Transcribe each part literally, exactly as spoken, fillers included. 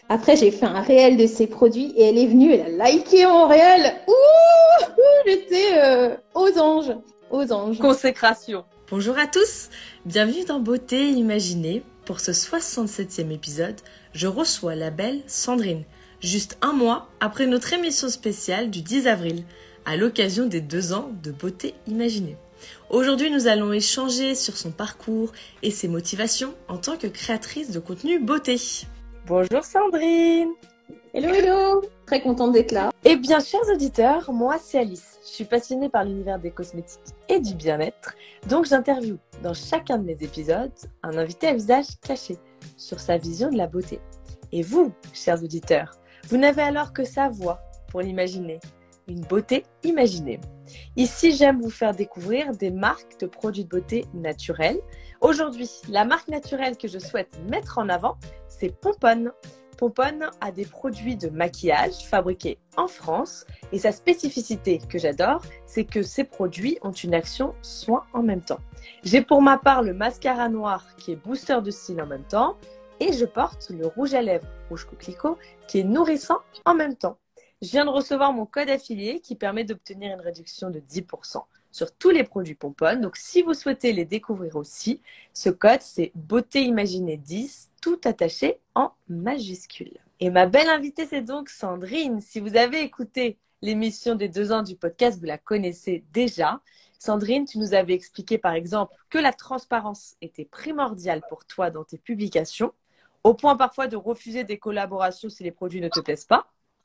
Après, j'ai fait un réel de ses produits et elle est venue, elle a liké mon réel. Ouh, j'étais euh, aux anges, aux anges. Consécration. Bonjour à tous, bienvenue dans Beauté Imaginée. Pour ce soixante-septième épisode, je reçois la belle Sandrine, juste un mois après notre émission spéciale du dix avril, à l'occasion des deux ans de Beauté Imaginée. Aujourd'hui, nous allons échanger sur son parcours et ses motivations en tant que créatrice de contenu beauté. Bonjour Sandrine. Hello, hello. Très contente d'être là. Eh bien, chers auditeurs, moi c'est Alice. Je suis passionnée par l'univers des cosmétiques et du bien-être. Donc j'interviewe dans chacun de mes épisodes un invité à visage caché sur sa vision de la beauté. Et vous, chers auditeurs, vous n'avez alors que sa voix pour l'imaginer. Une beauté imaginée. Ici, j'aime vous faire découvrir des marques de produits de beauté naturels. Aujourd'hui, la marque naturelle que je souhaite mettre en avant, c'est Pomponne. Pomponne a des produits de maquillage fabriqués en France et sa spécificité que j'adore, c'est que ces produits ont une action soin en même temps. J'ai pour ma part le mascara noir qui est booster de style en même temps et je porte le rouge à lèvres rouge coquelicot qui est nourrissant en même temps. Je viens de recevoir mon code affilié qui permet d'obtenir une réduction de dix pour cent sur tous les produits Pomponne. Donc, si vous souhaitez les découvrir aussi, ce code, c'est Beauté Imaginée dix, tout attaché en majuscule. Et ma belle invitée, c'est donc Sandrine. Si vous avez écouté l'émission des deux ans du podcast, vous la connaissez déjà. Sandrine, tu nous avais expliqué, par exemple, que la transparence était primordiale pour toi dans tes publications, au point parfois de refuser des collaborations si les produits ne te plaisent pas.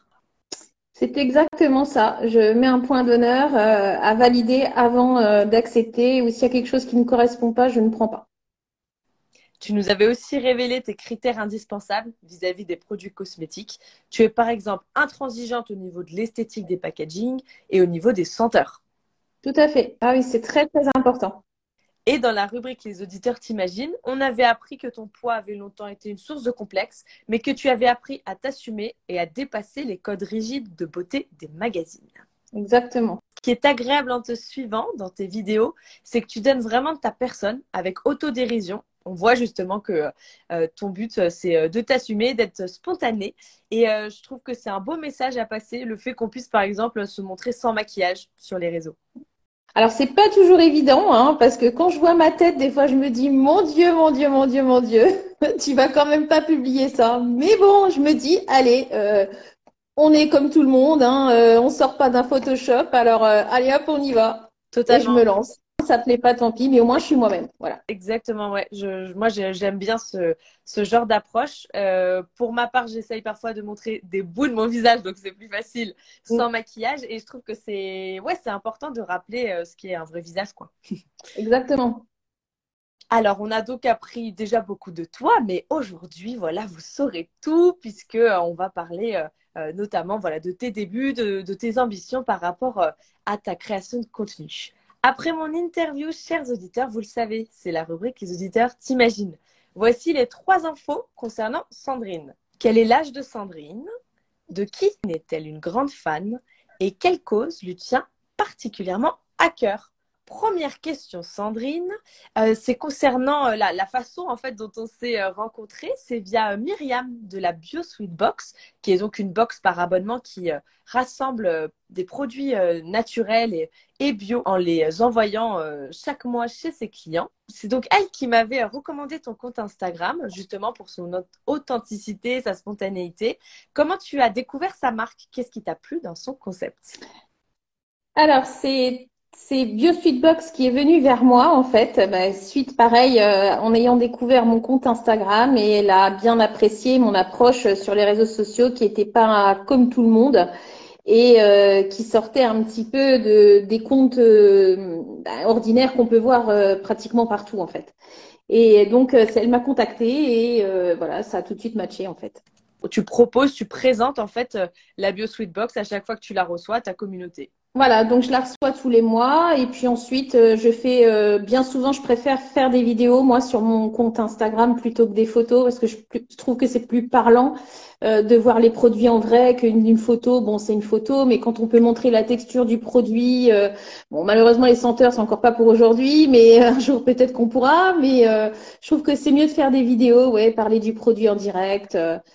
C'est exactement ça. Je mets un point d'honneur euh, à valider avant euh, d'accepter ou s'il y a quelque chose qui ne correspond pas, je ne prends pas. Tu nous avais aussi révélé tes critères indispensables vis-à-vis des produits cosmétiques. Tu es par exemple intransigeante au niveau de l'esthétique des packaging et au niveau des senteurs. Tout à fait. Ah oui, c'est très, très important. Et dans la rubrique Les auditeurs t'imaginent, on avait appris que ton poids avait longtemps été une source de complexe, mais que tu avais appris à t'assumer et à dépasser les codes rigides de beauté des magazines. Exactement. Ce qui est agréable en te suivant dans tes vidéos, c'est que tu donnes vraiment de ta personne avec autodérision. On voit justement que euh, ton but, c'est de t'assumer, d'être spontané. Et euh, je trouve que c'est un beau message à passer, le fait qu'on puisse, par exemple, se montrer sans maquillage sur les réseaux. Alors, c'est pas toujours évident, hein, parce que quand je vois ma tête, des fois, je me dis, mon Dieu, mon Dieu, mon Dieu, mon Dieu, tu vas quand même pas publier ça. Mais bon, je me dis, allez, euh, on est comme tout le monde, hein, euh, on sort pas d'un Photoshop, alors euh, allez hop, on y va. Et je Totalement. me lance. Ça plaît pas, tant pis, mais au moins, je suis moi-même. Voilà. Exactement, ouais. Je, je- moi, j'ai- j'aime bien ce, ce genre d'approche. Euh, pour ma part, j'essaye parfois de montrer des bouts de mon visage, donc c'est plus facile Mm, sans maquillage. Et je trouve que c'est ouais, c'est important de rappeler euh, ce qui est un vrai visage, quoi. exactement. Alors, on a donc appris déjà beaucoup de toi, mais aujourd'hui, voilà, vous saurez tout puisque euh, on va parler euh, euh, notamment voilà, de tes débuts, de, de tes ambitions par rapport euh, à ta création de contenu. Après mon interview, chers auditeurs, vous le savez, c'est la rubrique Les auditeurs t'imaginent. Voici les trois infos concernant Sandrine. Quel est l'âge de Sandrine? De qui est-elle une grande fan? Et quelle cause lui tient particulièrement à cœur? Première question, Sandrine, euh, c'est concernant euh, la, la façon en fait dont on s'est euh, rencontrés. C'est via euh, Myriam de la Bio Sweet Box, qui est donc une box par abonnement qui euh, rassemble euh, des produits euh, naturels et, et bio en les envoyant euh, chaque mois chez ses clients. C'est donc elle qui m'avait euh, recommandé ton compte Instagram, justement pour son aut- authenticité, sa spontanéité. Comment tu as découvert sa marque? Qu'est-ce qui t'a plu dans son concept? Alors, c'est c'est BioSweetBox qui est venu vers moi, en fait, bah, suite pareil, euh, en ayant découvert mon compte Instagram et elle a bien apprécié mon approche sur les réseaux sociaux qui était pas comme tout le monde et euh, qui sortait un petit peu de des comptes euh, bah, ordinaires qu'on peut voir euh, pratiquement partout, en fait. Et donc, euh, elle m'a contactée et euh, voilà, ça a tout de suite matché, en fait. Tu proposes, tu présentes en fait euh, la Bio Sweet Box à chaque fois que tu la reçois à ta communauté. Voilà, donc je la reçois tous les mois et puis ensuite euh, je fais euh, bien souvent je préfère faire des vidéos moi sur mon compte Instagram plutôt que des photos parce que je, je trouve que c'est plus parlant euh, de voir les produits en vrai qu'une une photo. Bon, c'est une photo, mais quand on peut montrer la texture du produit, euh, bon malheureusement les senteurs c'est encore pas pour aujourd'hui, mais un jour peut-être qu'on pourra. Mais euh, je trouve que c'est mieux de faire des vidéos, ouais, parler du produit en direct. euh,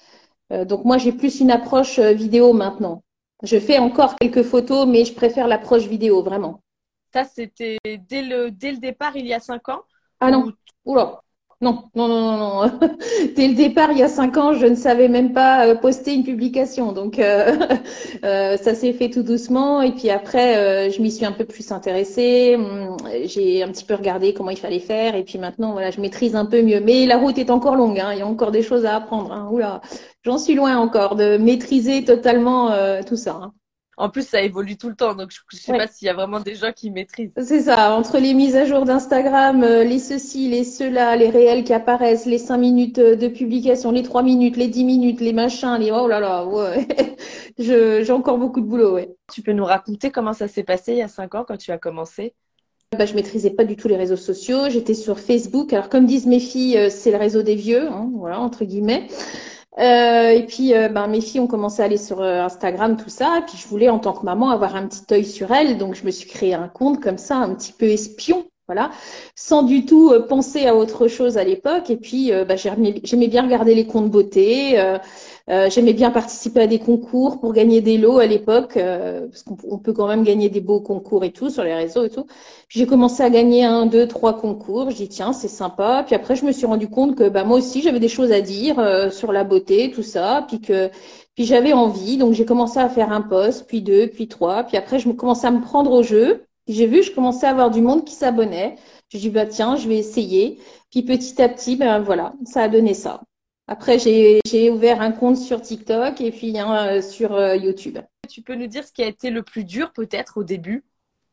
Euh, donc moi, j'ai plus une approche euh, vidéo maintenant. Je fais encore quelques photos, mais je préfère l'approche vidéo, vraiment. Ça, c'était dès le, dès le départ, il y a cinq ans Ah ou... non, oula, non, non, non, non, non. Dès le départ, il y a cinq ans, je ne savais même pas euh, poster une publication. Donc, euh, euh, ça s'est fait tout doucement. Et puis après, euh, je m'y suis un peu plus intéressée. Hum, J'ai un petit peu regardé comment il fallait faire. Et puis maintenant, voilà, je maîtrise un peu mieux. Mais la route est encore longue, hein. Il y a encore des choses à apprendre, hein. Oula, j'en suis loin encore de maîtriser totalement euh, tout ça, hein. En plus, ça évolue tout le temps, donc je ne sais pas Ouais. s'il y a vraiment des gens qui maîtrisent. C'est ça, entre les mises à jour d'Instagram, euh, les ceci, les cela, les réels qui apparaissent, les cinq minutes euh, de publication, les trois minutes, les dix minutes, les machins, les oh là là, ouais. Je, j'ai encore beaucoup de boulot, ouais. Tu peux nous raconter comment ça s'est passé il y a cinq ans quand tu as commencé? Bah, je maîtrisais pas du tout les réseaux sociaux, j'étais sur Facebook. Alors comme disent mes filles, euh, c'est le réseau des vieux, hein, voilà, entre guillemets. Euh, et puis, euh, ben, mes filles ont commencé à aller sur euh, Instagram, tout ça. Et puis, je voulais, en tant que maman, avoir un petit œil sur elles. Donc, je me suis créé un compte comme ça, un petit peu espion, voilà, sans du tout euh, penser à autre chose à l'époque. Et puis, euh, bah, j'aimais, j'aimais bien regarder les comptes beauté. Euh, euh, j'aimais bien participer à des concours pour gagner des lots à l'époque, euh, parce qu'on on peut quand même gagner des beaux concours et tout sur les réseaux et tout. Puis j'ai commencé à gagner un, deux, trois concours. J'ai dit tiens, c'est sympa. Puis après, je me suis rendu compte que bah moi aussi j'avais des choses à dire euh, sur la beauté, tout ça. Puis que puis j'avais envie, donc j'ai commencé à faire un post, puis deux, puis trois. Puis après, je me commençais à me prendre au jeu. Puis j'ai vu, je commençais à avoir du monde qui s'abonnait. J'ai dit bah tiens, je vais essayer. Puis petit à petit, ben voilà, ça a donné ça. Après, j'ai j'ai ouvert un compte sur TikTok et puis un euh, sur euh, YouTube. Tu peux nous dire ce qui a été le plus dur peut-être au début?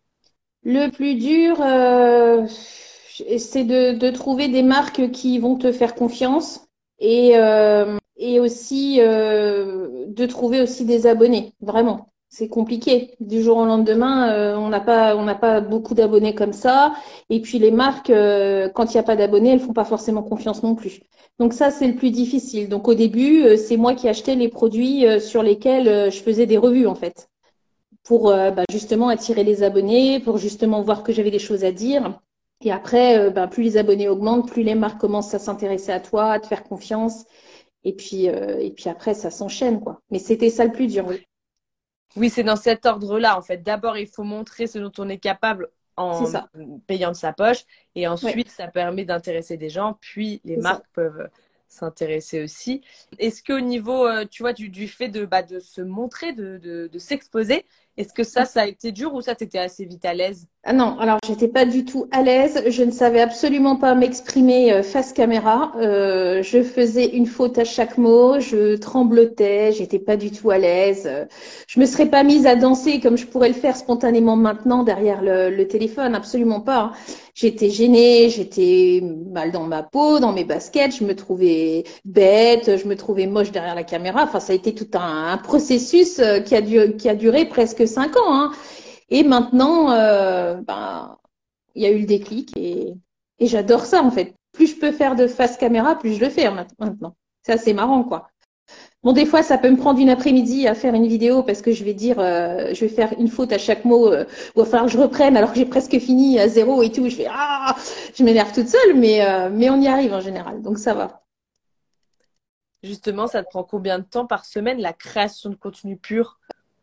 Le plus dur, euh, c'est de, de trouver des marques qui vont te faire confiance et, euh, et aussi euh, de trouver aussi des abonnés. Vraiment, c'est compliqué. Du jour au lendemain, euh, on n'a pas, on n'a pas beaucoup d'abonnés comme ça. Et puis les marques, euh, quand il n'y a pas d'abonnés, elles font pas forcément confiance non plus. Donc ça, c'est le plus difficile. Donc au début, euh, c'est moi qui achetais les produits euh, sur lesquels euh, je faisais des revues en fait pour euh, bah, justement attirer les abonnés, pour justement voir que j'avais des choses à dire. Et après, euh, bah, plus les abonnés augmentent, plus les marques commencent à s'intéresser à toi, à te faire confiance. Et puis, euh, et puis après, ça s'enchaîne, quoi. Mais c'était ça le plus dur, oui. Oui, c'est dans cet ordre-là, en fait. D'abord, il faut montrer ce dont on est capable C'est en ça. payant de sa poche. Et Oui, ensuite, ça permet d'intéresser des gens. Puis, les c'est ça. marques peuvent s'intéresser aussi. Est-ce qu'au niveau, euh, tu vois, du, du fait de, bah, de se montrer, de, de, de s'exposer, est-ce que ça, ça a été dur ou ça, t'étais assez vite à l'aise? Ah non, alors j'étais pas du tout à l'aise. Je ne savais absolument pas m'exprimer euh, face caméra. Euh, je faisais une faute à chaque mot. Je tremblotais. J'étais pas du tout à l'aise. Euh, Je me serais pas mise à danser comme je pourrais le faire spontanément maintenant derrière le, le téléphone. Absolument pas, hein. J'étais gênée. J'étais mal dans ma peau, dans mes baskets. Je me trouvais bête. Je me trouvais moche derrière la caméra. Enfin, ça a été tout un, un processus euh, qui a, du- qui a duré presque cinq ans, hein. Et maintenant, euh, ben, il y a eu le déclic et, et j'adore ça en fait. Plus je peux faire de face caméra, plus je le fais maintenant. C'est assez marrant quoi. Bon, des fois, ça peut me prendre une après-midi à faire une vidéo parce que je vais dire, euh, je vais faire une faute à chaque mot, euh, ou il va falloir que je reprenne alors que j'ai presque fini à zéro et tout. Je fais ah, je m'énerve toute seule, mais euh, mais on y arrive en général, donc ça va. Justement, ça te prend combien de temps par semaine, la création de contenu pur?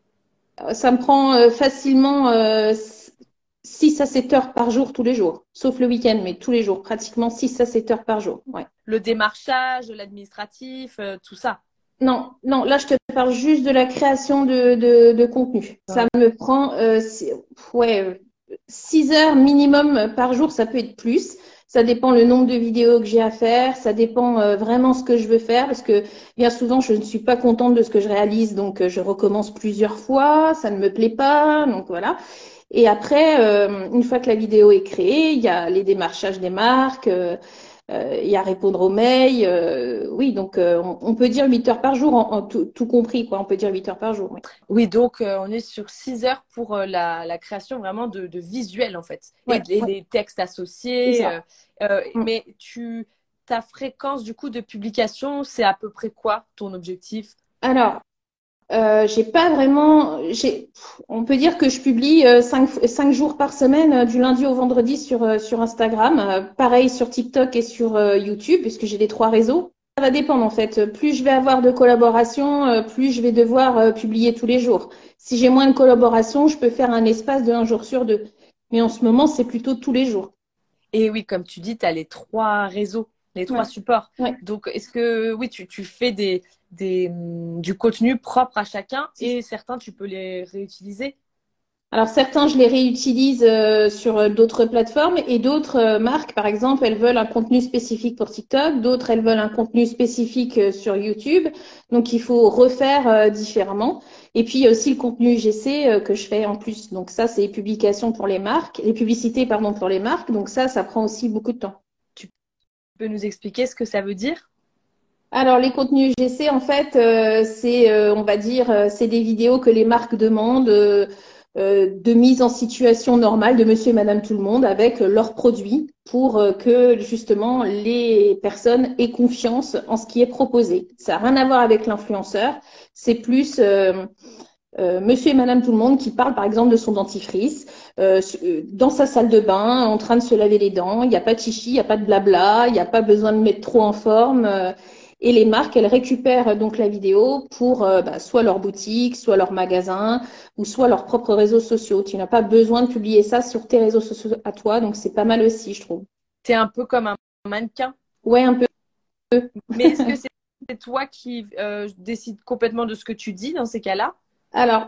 Ça me prend euh, facilement euh, six à sept heures par jour tous les jours, sauf le week-end, mais tous les jours, pratiquement six à sept heures par jour. Ouais. Le démarchage, l'administratif, euh, tout ça. Non, non, là je te parle juste de la création de, de, de contenu. Ça me prend euh, c'est- ouais, six heures minimum par jour, ça peut être plus. Ça dépend le nombre de vidéos que j'ai à faire, ça dépend euh, vraiment ce que je veux faire, parce que bien souvent je ne suis pas contente de ce que je réalise, donc euh, je recommence plusieurs fois, ça ne me plaît pas, donc voilà. Et après, euh, une fois que la vidéo est créée, il y a les démarchages des marques, euh, euh, il y a répondre aux mails. Euh, oui, donc euh, on, on peut dire huit heures par jour, en, en tout, tout compris, quoi. On peut dire huit heures par jour, oui. Oui, donc euh, on est sur six heures pour euh, la, la création vraiment de, de visuels en fait et, Ouais, et ouais, les textes c'est associés. ça. euh, euh, Mm. mais tu, ta fréquence du coup de publication, c'est à peu près quoi ton objectif? Alors, euh, j'ai pas vraiment. J'ai, on peut dire que je publie euh, cinq, cinq jours par semaine, euh, du lundi au vendredi sur, euh, sur Instagram. Euh, pareil sur TikTok et sur euh, YouTube, puisque j'ai les trois réseaux. va dépendre en fait. Plus je vais avoir de collaborations, euh, plus je vais devoir euh, publier tous les jours. Si j'ai moins de collaborations, je peux faire un espace de un jour sur deux. Mais en ce moment, c'est plutôt tous les jours. Et oui, comme tu dis, tu as les trois réseaux, les Ouais, trois supports. ouais. Donc, est-ce que oui, tu, tu fais des, des, hum, du contenu propre à chacun et certains, tu peux les réutiliser? Alors certains, je les réutilise euh, sur euh, d'autres plateformes et d'autres euh, marques, par exemple, elles veulent un contenu spécifique pour TikTok, d'autres, elles veulent un contenu spécifique euh, sur YouTube. Donc il faut refaire euh, différemment. Et puis il y a aussi le contenu U G C euh, que je fais en plus. Donc ça, c'est les publications pour les marques, les publicités, pardon, pour les marques. Donc ça, ça prend aussi beaucoup de temps. Tu peux nous expliquer ce que ça veut dire? Alors les contenus U G C, en fait, euh, c'est, euh, on va dire, euh, c'est des vidéos que les marques demandent euh, euh, de mise en situation normale de monsieur et madame tout le monde avec euh, leurs produits pour euh, que justement les personnes aient confiance en ce qui est proposé. Ça n'a rien à voir avec l'influenceur, c'est plus euh, euh, monsieur et madame tout le monde qui parle par exemple de son dentifrice euh, dans sa salle de bain en train de se laver les dents. Il n'y a pas de chichi, il n'y a pas de blabla, il n'y a pas besoin de mettre trop en forme. Euh, et les marques, elles récupèrent donc la vidéo pour euh, bah, soit leur boutique, soit leur magasin, ou soit leurs propres réseaux sociaux. Tu n'as pas besoin de publier ça sur tes réseaux sociaux à toi, donc c'est pas mal aussi, je trouve. Tu es un peu comme un mannequin. Ouais, un peu. Mais est-ce que c'est c'est toi qui euh, décides complètement de ce que tu dis dans ces cas-là? Alors,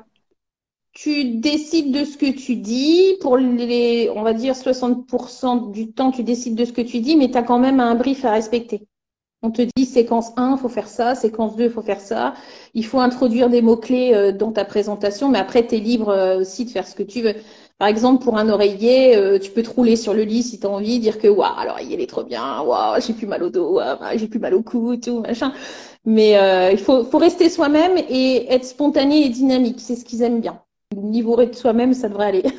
tu décides de ce que tu dis. Pour les, on va dire, soixante pour cent du temps, tu décides de ce que tu dis, mais tu as quand même un brief à respecter. On te dit séquence un, il faut faire ça, séquence deux, il faut faire ça. Il faut introduire des mots-clés euh, dans ta présentation, mais après, tu es libre euh, aussi de faire ce que tu veux. Par exemple, pour un oreiller, euh, tu peux te rouler sur le lit si tu as envie, dire que waouh, l'oreiller il est trop bien, waouh, j'ai plus mal au dos, waouh, j'ai plus mal au cou, tout, machin. Mais euh, il faut, faut rester soi-même et être spontané et dynamique. C'est ce qu'ils aiment bien. Niveau de soi-même, ça devrait aller.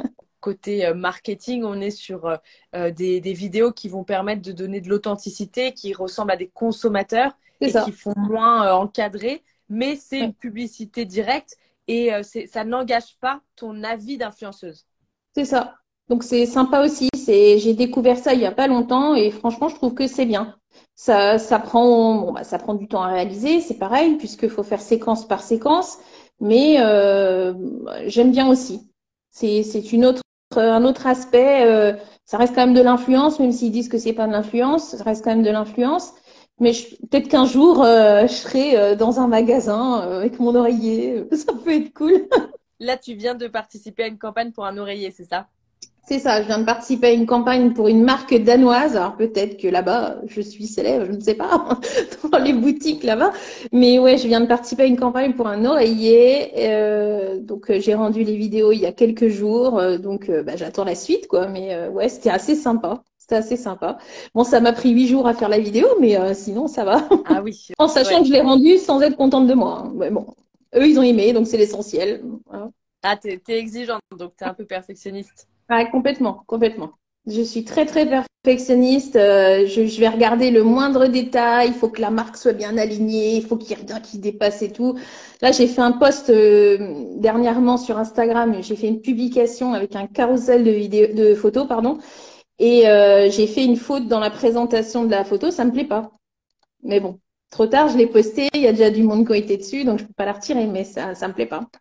Côté euh, marketing, on est sur euh, euh, des, des vidéos qui vont permettre de donner de l'authenticité, qui ressemblent à des consommateurs C'est et qui ça. font moins euh, encadré, mais c'est Ouais. une publicité directe et euh, c'est- ça n'engage pas ton avis d'influenceuse. C'est ça. Donc c'est sympa aussi. C'est, j'ai découvert ça il y a pas longtemps et franchement, je trouve que c'est bien. Ça, ça prend, bon, bah, ça prend du temps à réaliser, c'est pareil, puisqu'il faut faire séquence par séquence. Mais euh, j'aime bien aussi. C'est, c'est une autre, un autre aspect. Euh, ça reste quand même de l'influence, même s'ils disent que c'est pas de l'influence, ça reste quand même de l'influence. Mais je- peut-être qu'un jour, euh, je serai euh, dans un magasin euh, avec mon oreiller. Ça peut être cool. Là, tu viens de participer à une campagne pour un oreiller, c'est ça? C'est ça, je viens de participer à une campagne pour une marque danoise. Alors peut-être que là-bas, je suis célèbre, je ne sais pas, dans les boutiques là-bas. Mais ouais, je viens de participer à une campagne pour un oreiller. Euh, donc euh, j'ai rendu les vidéos il y a quelques jours. Euh, donc euh, bah, j'attends la suite, quoi. Mais euh, ouais, c'était assez sympa. C'était assez sympa. Bon, ça m'a pris huit jours à faire la vidéo, mais euh, sinon ça va. Ah oui, En sachant ouais. que je l'ai rendue sans être contente de moi, hein. Mais bon, eux, ils ont aimé, donc c'est l'essentiel. Voilà. Ah, t'es, t'es exigeante, donc t'es un peu perfectionniste. Ah, complètement, complètement. Je suis très, très perfectionniste. Euh, je, je vais regarder le moindre détail. Il faut que la marque soit bien alignée. Il faut qu'il y ait rien qui dépasse et tout. Là, j'ai fait un post euh, dernièrement sur Instagram. J'ai fait une publication avec un carrousel de vidéos, de photos, pardon. Et euh, j'ai fait une faute dans la présentation de la photo. Ça me plaît pas. Mais bon, trop tard, je l'ai posté. Il y a déjà du monde qui a été dessus, donc je peux pas la retirer. Mais ça, ça me plaît pas.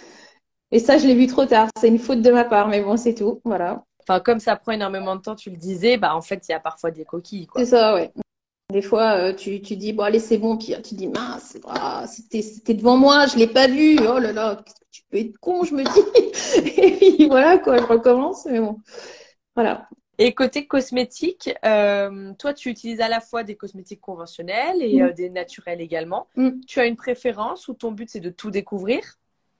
Et ça, je l'ai vu trop tard. C'est une faute de ma part. Mais bon, c'est tout. Voilà. Enfin, comme ça prend énormément de temps, tu le disais, bah en fait, il y a parfois des coquilles, C'est quoi. ça, ouais. Des fois, euh, tu, tu dis, bon, allez, c'est bon. Puis euh, tu dis, mince, ah, c'était, c'était devant moi, je l'ai pas vu. Oh là là, qu'est-ce que tu peux être con, je me dis. Et puis voilà, quoi, je recommence. Mais bon, voilà. Et côté cosmétique, euh, toi, tu utilises à la fois des cosmétiques conventionnels et Mm. euh, des naturels également. Mm. Tu as une préférence ou ton but, c'est de tout découvrir?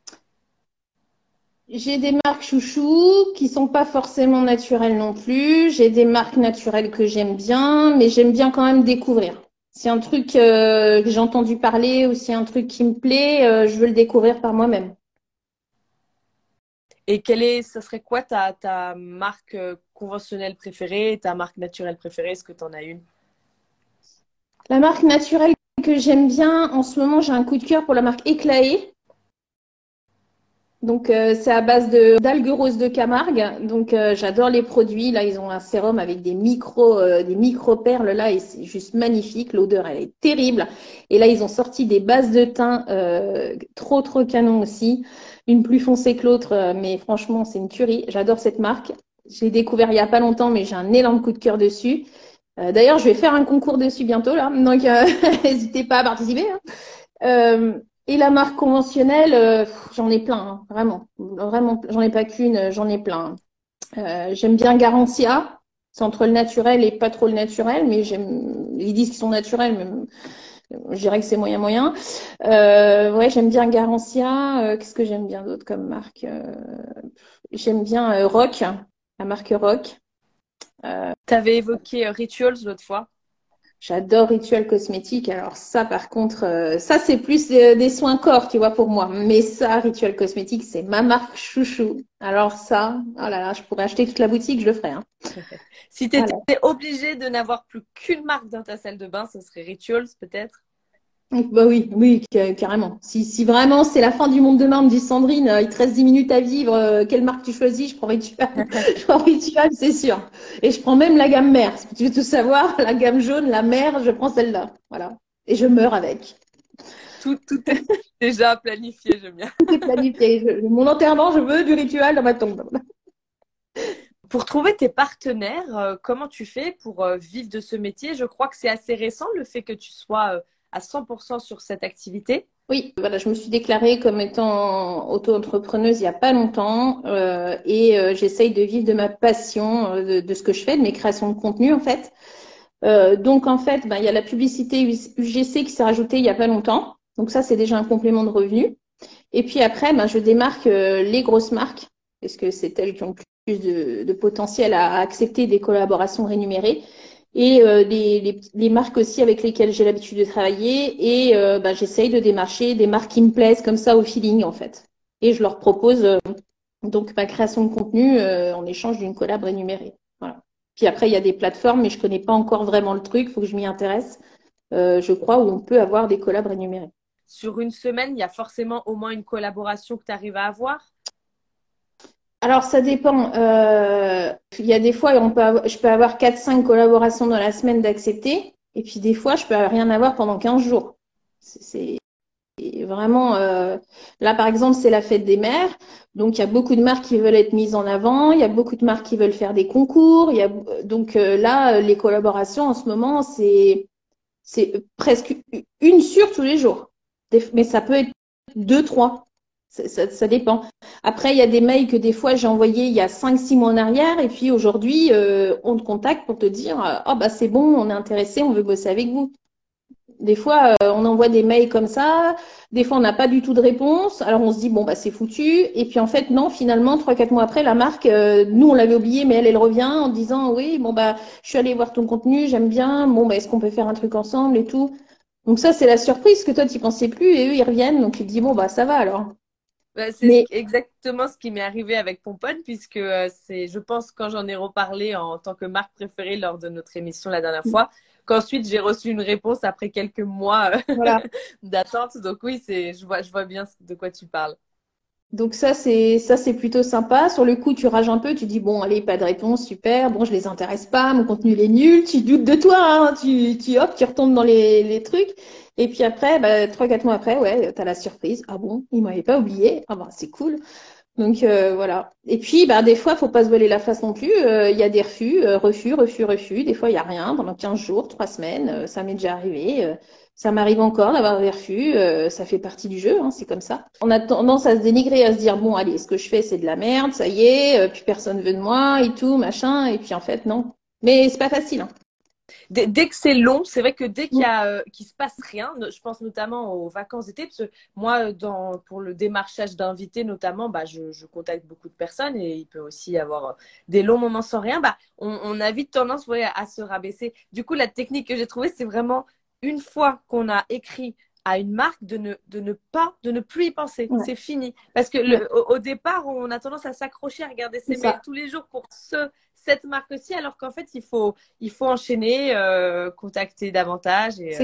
J'ai des marques chouchou qui sont pas forcément naturelles non plus. J'ai des marques naturelles que j'aime bien, mais j'aime bien quand même découvrir. Si un truc euh, que j'ai entendu parler ou si un truc qui me plaît, euh, je veux le découvrir par moi-même. Et quelle est, ça serait quoi ta, ta marque euh, conventionnelle préférée, ta marque naturelle préférée? Est-ce que tu en as une? La marque naturelle que j'aime bien, en ce moment, j'ai un coup de cœur pour la marque Éclaé. Donc, euh, c'est à base de d'algues roses de Camargue. Donc, euh, j'adore les produits. Là, ils ont un sérum avec des micro, euh, des micro-perles là et c'est juste magnifique. L'odeur, elle est terrible. Et là, ils ont sorti des bases de thym euh, trop, trop canon aussi. Une plus foncée que l'autre, euh, mais franchement, c'est une tuerie. J'adore cette marque. Je l'ai découvert il y a pas longtemps, mais j'ai un énorme coup de cœur dessus. Euh, d'ailleurs, je vais faire un concours dessus bientôt là. Donc, euh, n'hésitez pas à participer, hein. Euh, et la marque conventionnelle, euh, pff, j'en ai plein, hein, vraiment. Vraiment, j'en ai pas qu'une, j'en ai plein. Euh, j'aime bien Garancia. C'est entre le naturel et pas trop le naturel, mais j'aime. Ils disent qu'ils sont naturels, mais je dirais que c'est moyen moyen. Euh, ouais, j'aime bien Garancia. Euh, qu'est-ce que j'aime bien d'autre comme marque? Euh, j'aime bien euh, Rock, la marque Rock. Euh, Tu avais évoqué euh, Rituals l'autre fois. J'adore Rituel Cosmétique. Alors ça, par contre, euh, ça c'est plus euh, des soins corps, tu vois, pour moi. Mais ça, Rituel Cosmétique, c'est ma marque chouchou. Alors ça, oh là là, je pourrais acheter toute la boutique, je le ferais, hein. Si tu étais Alors, obligé de n'avoir plus qu'une marque dans ta salle de bain, ce serait Rituals peut-être? bah oui, oui, ca- carrément. Si, si vraiment c'est la fin du monde demain, me dit Sandrine, euh, il te reste dix minutes à vivre, euh, quelle marque tu choisis? Je prends Rituel. Je prends Rituel, c'est sûr. Et je prends même la gamme mère. Si tu veux tout savoir, la gamme jaune, la mère, je prends celle-là. Voilà. Et je meurs avec. Tout, tout est déjà planifié, j'aime bien. Tout est planifié. Je- mon enterrement, je veux du rituel dans ma tombe. Pour trouver tes partenaires, euh, comment tu fais pour euh, vivre de ce métier? Je crois que c'est assez récent le fait que tu sois euh, à cent pour cent sur cette activité. Oui, voilà, je me suis déclarée comme étant auto-entrepreneuse il n'y a pas longtemps euh, et euh, j'essaye de vivre de ma passion, euh, de, de ce que je fais, de mes créations de contenu en fait. Euh, donc en fait, ben, il y a la publicité U G C qui s'est rajoutée il n'y a pas longtemps. Donc ça, c'est déjà un complément de revenu. Et puis après, ben, je démarque euh, les grosses marques parce que c'est elles qui ont le plus de, de potentiel à, à accepter des collaborations rémunérées. Et euh, les, les, les marques aussi avec lesquelles j'ai l'habitude de travailler. Et euh, bah, j'essaye de démarcher des marques qui me plaisent comme ça au feeling en fait. Et je leur propose euh, donc ma création de contenu euh, en échange d'une collab rémunérée. Voilà. Puis après, il y a des plateformes, mais je connais pas encore vraiment le truc. Il faut que je m'y intéresse. Euh, je crois où on peut avoir des collabs rémunérés. Sur une semaine, il y a forcément au moins une collaboration que tu arrives à avoir. Alors, ça dépend. Euh, il y a des fois, on peut avoir- je peux avoir quatre cinq collaborations dans la semaine d'accepter. Et puis, des fois, je peux rien avoir pendant quinze jours. C'est c'est vraiment. Euh, là, par exemple, c'est la fête des mères. Donc, il y a beaucoup de marques qui veulent être mises en avant. Il y a beaucoup de marques qui veulent faire des concours. Il y a, donc, euh, là, les collaborations en ce moment, c'est c'est presque une sur tous les jours. Des- Mais ça peut être deux, trois. Ça, ça, ça dépend. Après, il y a des mails que des fois j'ai envoyés il y a cinq, six mois en arrière, et puis aujourd'hui, euh, on te contacte pour te dire, euh, oh bah c'est bon, on est intéressé, on veut bosser avec vous. Des fois, euh, on envoie des mails comme ça, des fois on n'a pas du tout de réponse, alors on se dit bon bah c'est foutu, et puis en fait non, finalement trois, quatre mois après, la marque, euh, nous on l'avait oublié, mais elle, elle revient en disant oui bon bah je suis allée voir ton contenu, j'aime bien, bon bah est-ce qu'on peut faire un truc ensemble et tout. Donc ça c'est la surprise que toi tu pensais plus et eux ils reviennent, donc tu te dis bon bah ça va alors. Bah, c'est ce- Mais exactement ce qui m'est arrivé avec Pomponne, puisque euh, c'est, je pense, quand j'en ai reparlé en tant que marque préférée lors de notre émission la dernière fois, qu'ensuite j'ai reçu une réponse après quelques mois euh, voilà. d'attente. Donc oui, c'est, je vois, je vois bien de quoi tu parles. Donc ça c'est ça c'est plutôt sympa. Sur le coup, tu rages un peu, tu dis bon allez, pas de réponse, super. Bon, je les intéresse pas, mon contenu il est nul, tu doutes de toi, hein, tu tu hop, tu retombes dans les, les trucs. Et puis après, bah, trois quatre mois après, ouais, t'as la surprise. Ah bon, ils m'avaient pas oublié. Ah bah c'est cool. Donc euh, voilà. Et puis bah des fois, faut pas se voiler la face non plus. Euh, Il y a des refus, euh, refus, refus, refus. Des fois, il y a rien pendant quinze jours, trois semaines. Euh, ça m'est déjà arrivé. Euh, ça m'arrive encore d'avoir des refus. Euh, ça fait partie du jeu, hein, c'est comme ça. On a tendance à se dénigrer, à se dire bon allez, ce que je fais c'est de la merde, ça y est, euh, puis personne veut de moi et tout, machin. Et puis en fait non. Mais c'est pas facile, hein. Dès, dès que c'est long, c'est vrai que dès qu'il y a, euh, qu'il se passe rien, no- je pense notamment aux vacances d'été, parce que moi, euh, dans, pour le démarchage d'invités notamment, bah, je, je contacte beaucoup de personnes et il peut aussi y avoir euh, des longs moments sans rien. Bah, on, on a vite tendance ouais, à se rabaisser. Du coup, la technique que j'ai trouvée, c'est vraiment une fois qu'on a écrit à une marque de ne, de ne pas, de ne plus y penser. Ouais, C'est fini. Parce que ouais, le, au, au départ, on a tendance à s'accrocher, à regarder c'est ses mails ça. tous les jours pour ce, cette marque aussi, alors qu'en fait, il faut il faut enchaîner, euh, contacter davantage et C'est euh,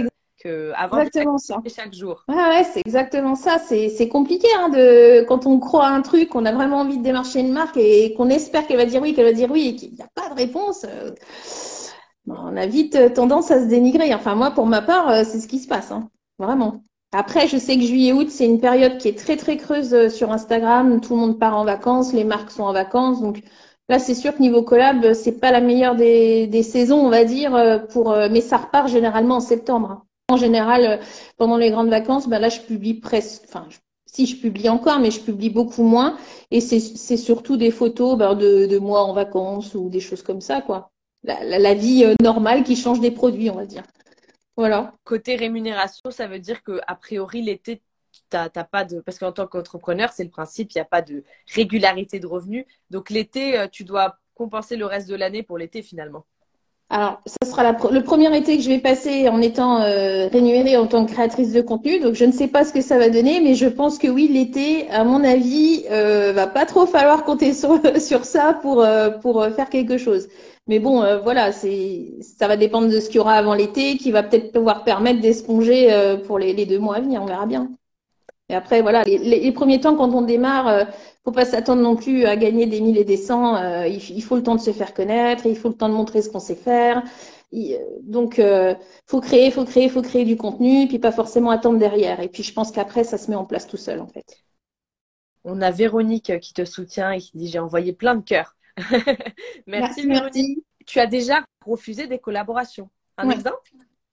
que avant d'y Exactement ça. aller chaque jour. Ouais, ouais, c'est exactement ça. C'est, c'est compliqué, hein, de, quand on croit à un truc, qu'on a vraiment envie de démarcher une marque et qu'on espère qu'elle va dire oui, qu'elle va dire oui et qu'il n'y a pas de réponse. euh, ben, on a vite euh, tendance à se dénigrer. Enfin, moi, pour ma part, euh, c'est ce qui se passe, hein. Vraiment. Après, je sais que juillet-août, c'est une période qui est très, très creuse euh, sur Instagram. Tout le monde part en vacances, les marques sont en vacances. Donc là, c'est sûr que niveau collab, euh, c'est pas la meilleure des, des saisons, on va dire, euh, pour, euh, mais ça repart généralement en septembre, hein. En général, euh, pendant les grandes vacances, ben là, je publie presque, enfin, je- si je publie encore, mais je publie beaucoup moins. Et c'est, c'est surtout des photos ben, de, de moi en vacances ou des choses comme ça, quoi. La, la, la vie euh, normale qui change des produits, on va dire. Voilà. Côté rémunération, ça veut dire que a priori l'été, t'as t'as pas de parce qu'en tant qu'entrepreneur, c'est le principe, il n'y a pas de régularité de revenus. Donc l'été, euh, tu dois compenser le reste de l'année pour l'été finalement. Alors, ça sera la, le premier été que je vais passer en étant euh, rémunérée en tant que créatrice de contenu. Donc, je ne sais pas ce que ça va donner, mais je pense que oui, l'été, à mon avis, euh, va pas trop falloir compter sur, sur ça pour, euh, pour faire quelque chose. Mais bon, euh, voilà, c'est, ça va dépendre de ce qu'il y aura avant l'été, qui va peut-être pouvoir permettre d'esponger euh, pour les, les deux mois à venir. On verra bien. Et après, voilà, les, les, les premiers temps, quand on démarre, euh, faut pas s'attendre non plus à gagner des mille et des cents. Euh, il, il faut le temps de se faire connaître, il faut le temps de montrer ce qu'on sait faire. Il, donc, euh, faut créer, faut créer, faut créer du contenu, puis pas forcément attendre derrière. Et puis, je pense qu'après, ça se met en place tout seul, en fait. On a Véronique euh, qui te soutient et qui dit j'ai envoyé plein de cœurs. Merci Merci, Véronique. merci. Tu as déjà refusé des collaborations. Un Ouais. exemple?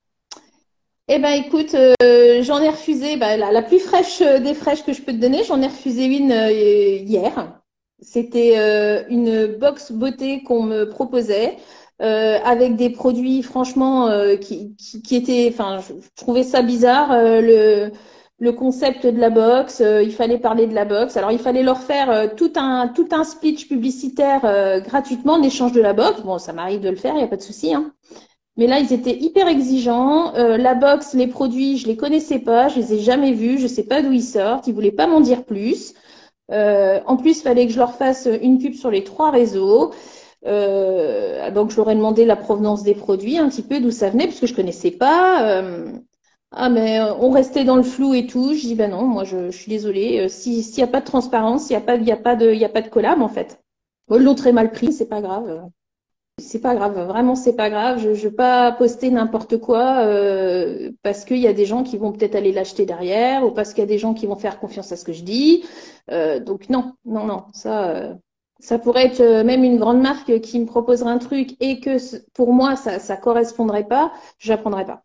Eh ben, écoute, euh, j'en ai refusé, bah, la, la plus fraîche euh, des fraîches que je peux te donner, j'en ai refusé une euh, hier. C'était euh, une box beauté qu'on me proposait euh, avec des produits, franchement, euh, qui, qui, qui étaient, enfin, je, je trouvais ça bizarre, euh, le, le concept de la box. Euh, il fallait parler de la box. Alors, il fallait leur faire euh, tout un, tout un speech publicitaire euh, gratuitement en échange de la box. Bon, ça m'arrive de le faire, il n'y a pas de souci, hein. Mais là, ils étaient hyper exigeants. Euh, la box, les produits, je les connaissais pas, je les ai jamais vus, je sais pas d'où ils sortent. Ils voulaient pas m'en dire plus. Euh, en plus, il fallait que je leur fasse une pub sur les trois réseaux. Euh, donc, je leur ai demandé la provenance des produits, un petit peu d'où ça venait, parce que je connaissais pas. Euh, ah, mais euh, on restait dans le flou et tout. Je dis, ben non, moi, je, je suis désolée. Euh, si, s'il n'y a pas de transparence, il n'y a pas, il y a pas de, il y a pas de collab, en fait. Bon, ils l'ont très mal pris, c'est pas grave. C'est pas grave, vraiment, c'est pas grave. Je ne vais pas poster n'importe quoi euh, parce qu'il y a des gens qui vont peut-être aller l'acheter derrière ou parce qu'il y a des gens qui vont faire confiance à ce que je dis. Euh, donc non, non, non, ça, euh, ça pourrait être euh, même une grande marque qui me proposerait un truc et que ce- pour moi ça, ça correspondrait pas, je n'apprendrai pas.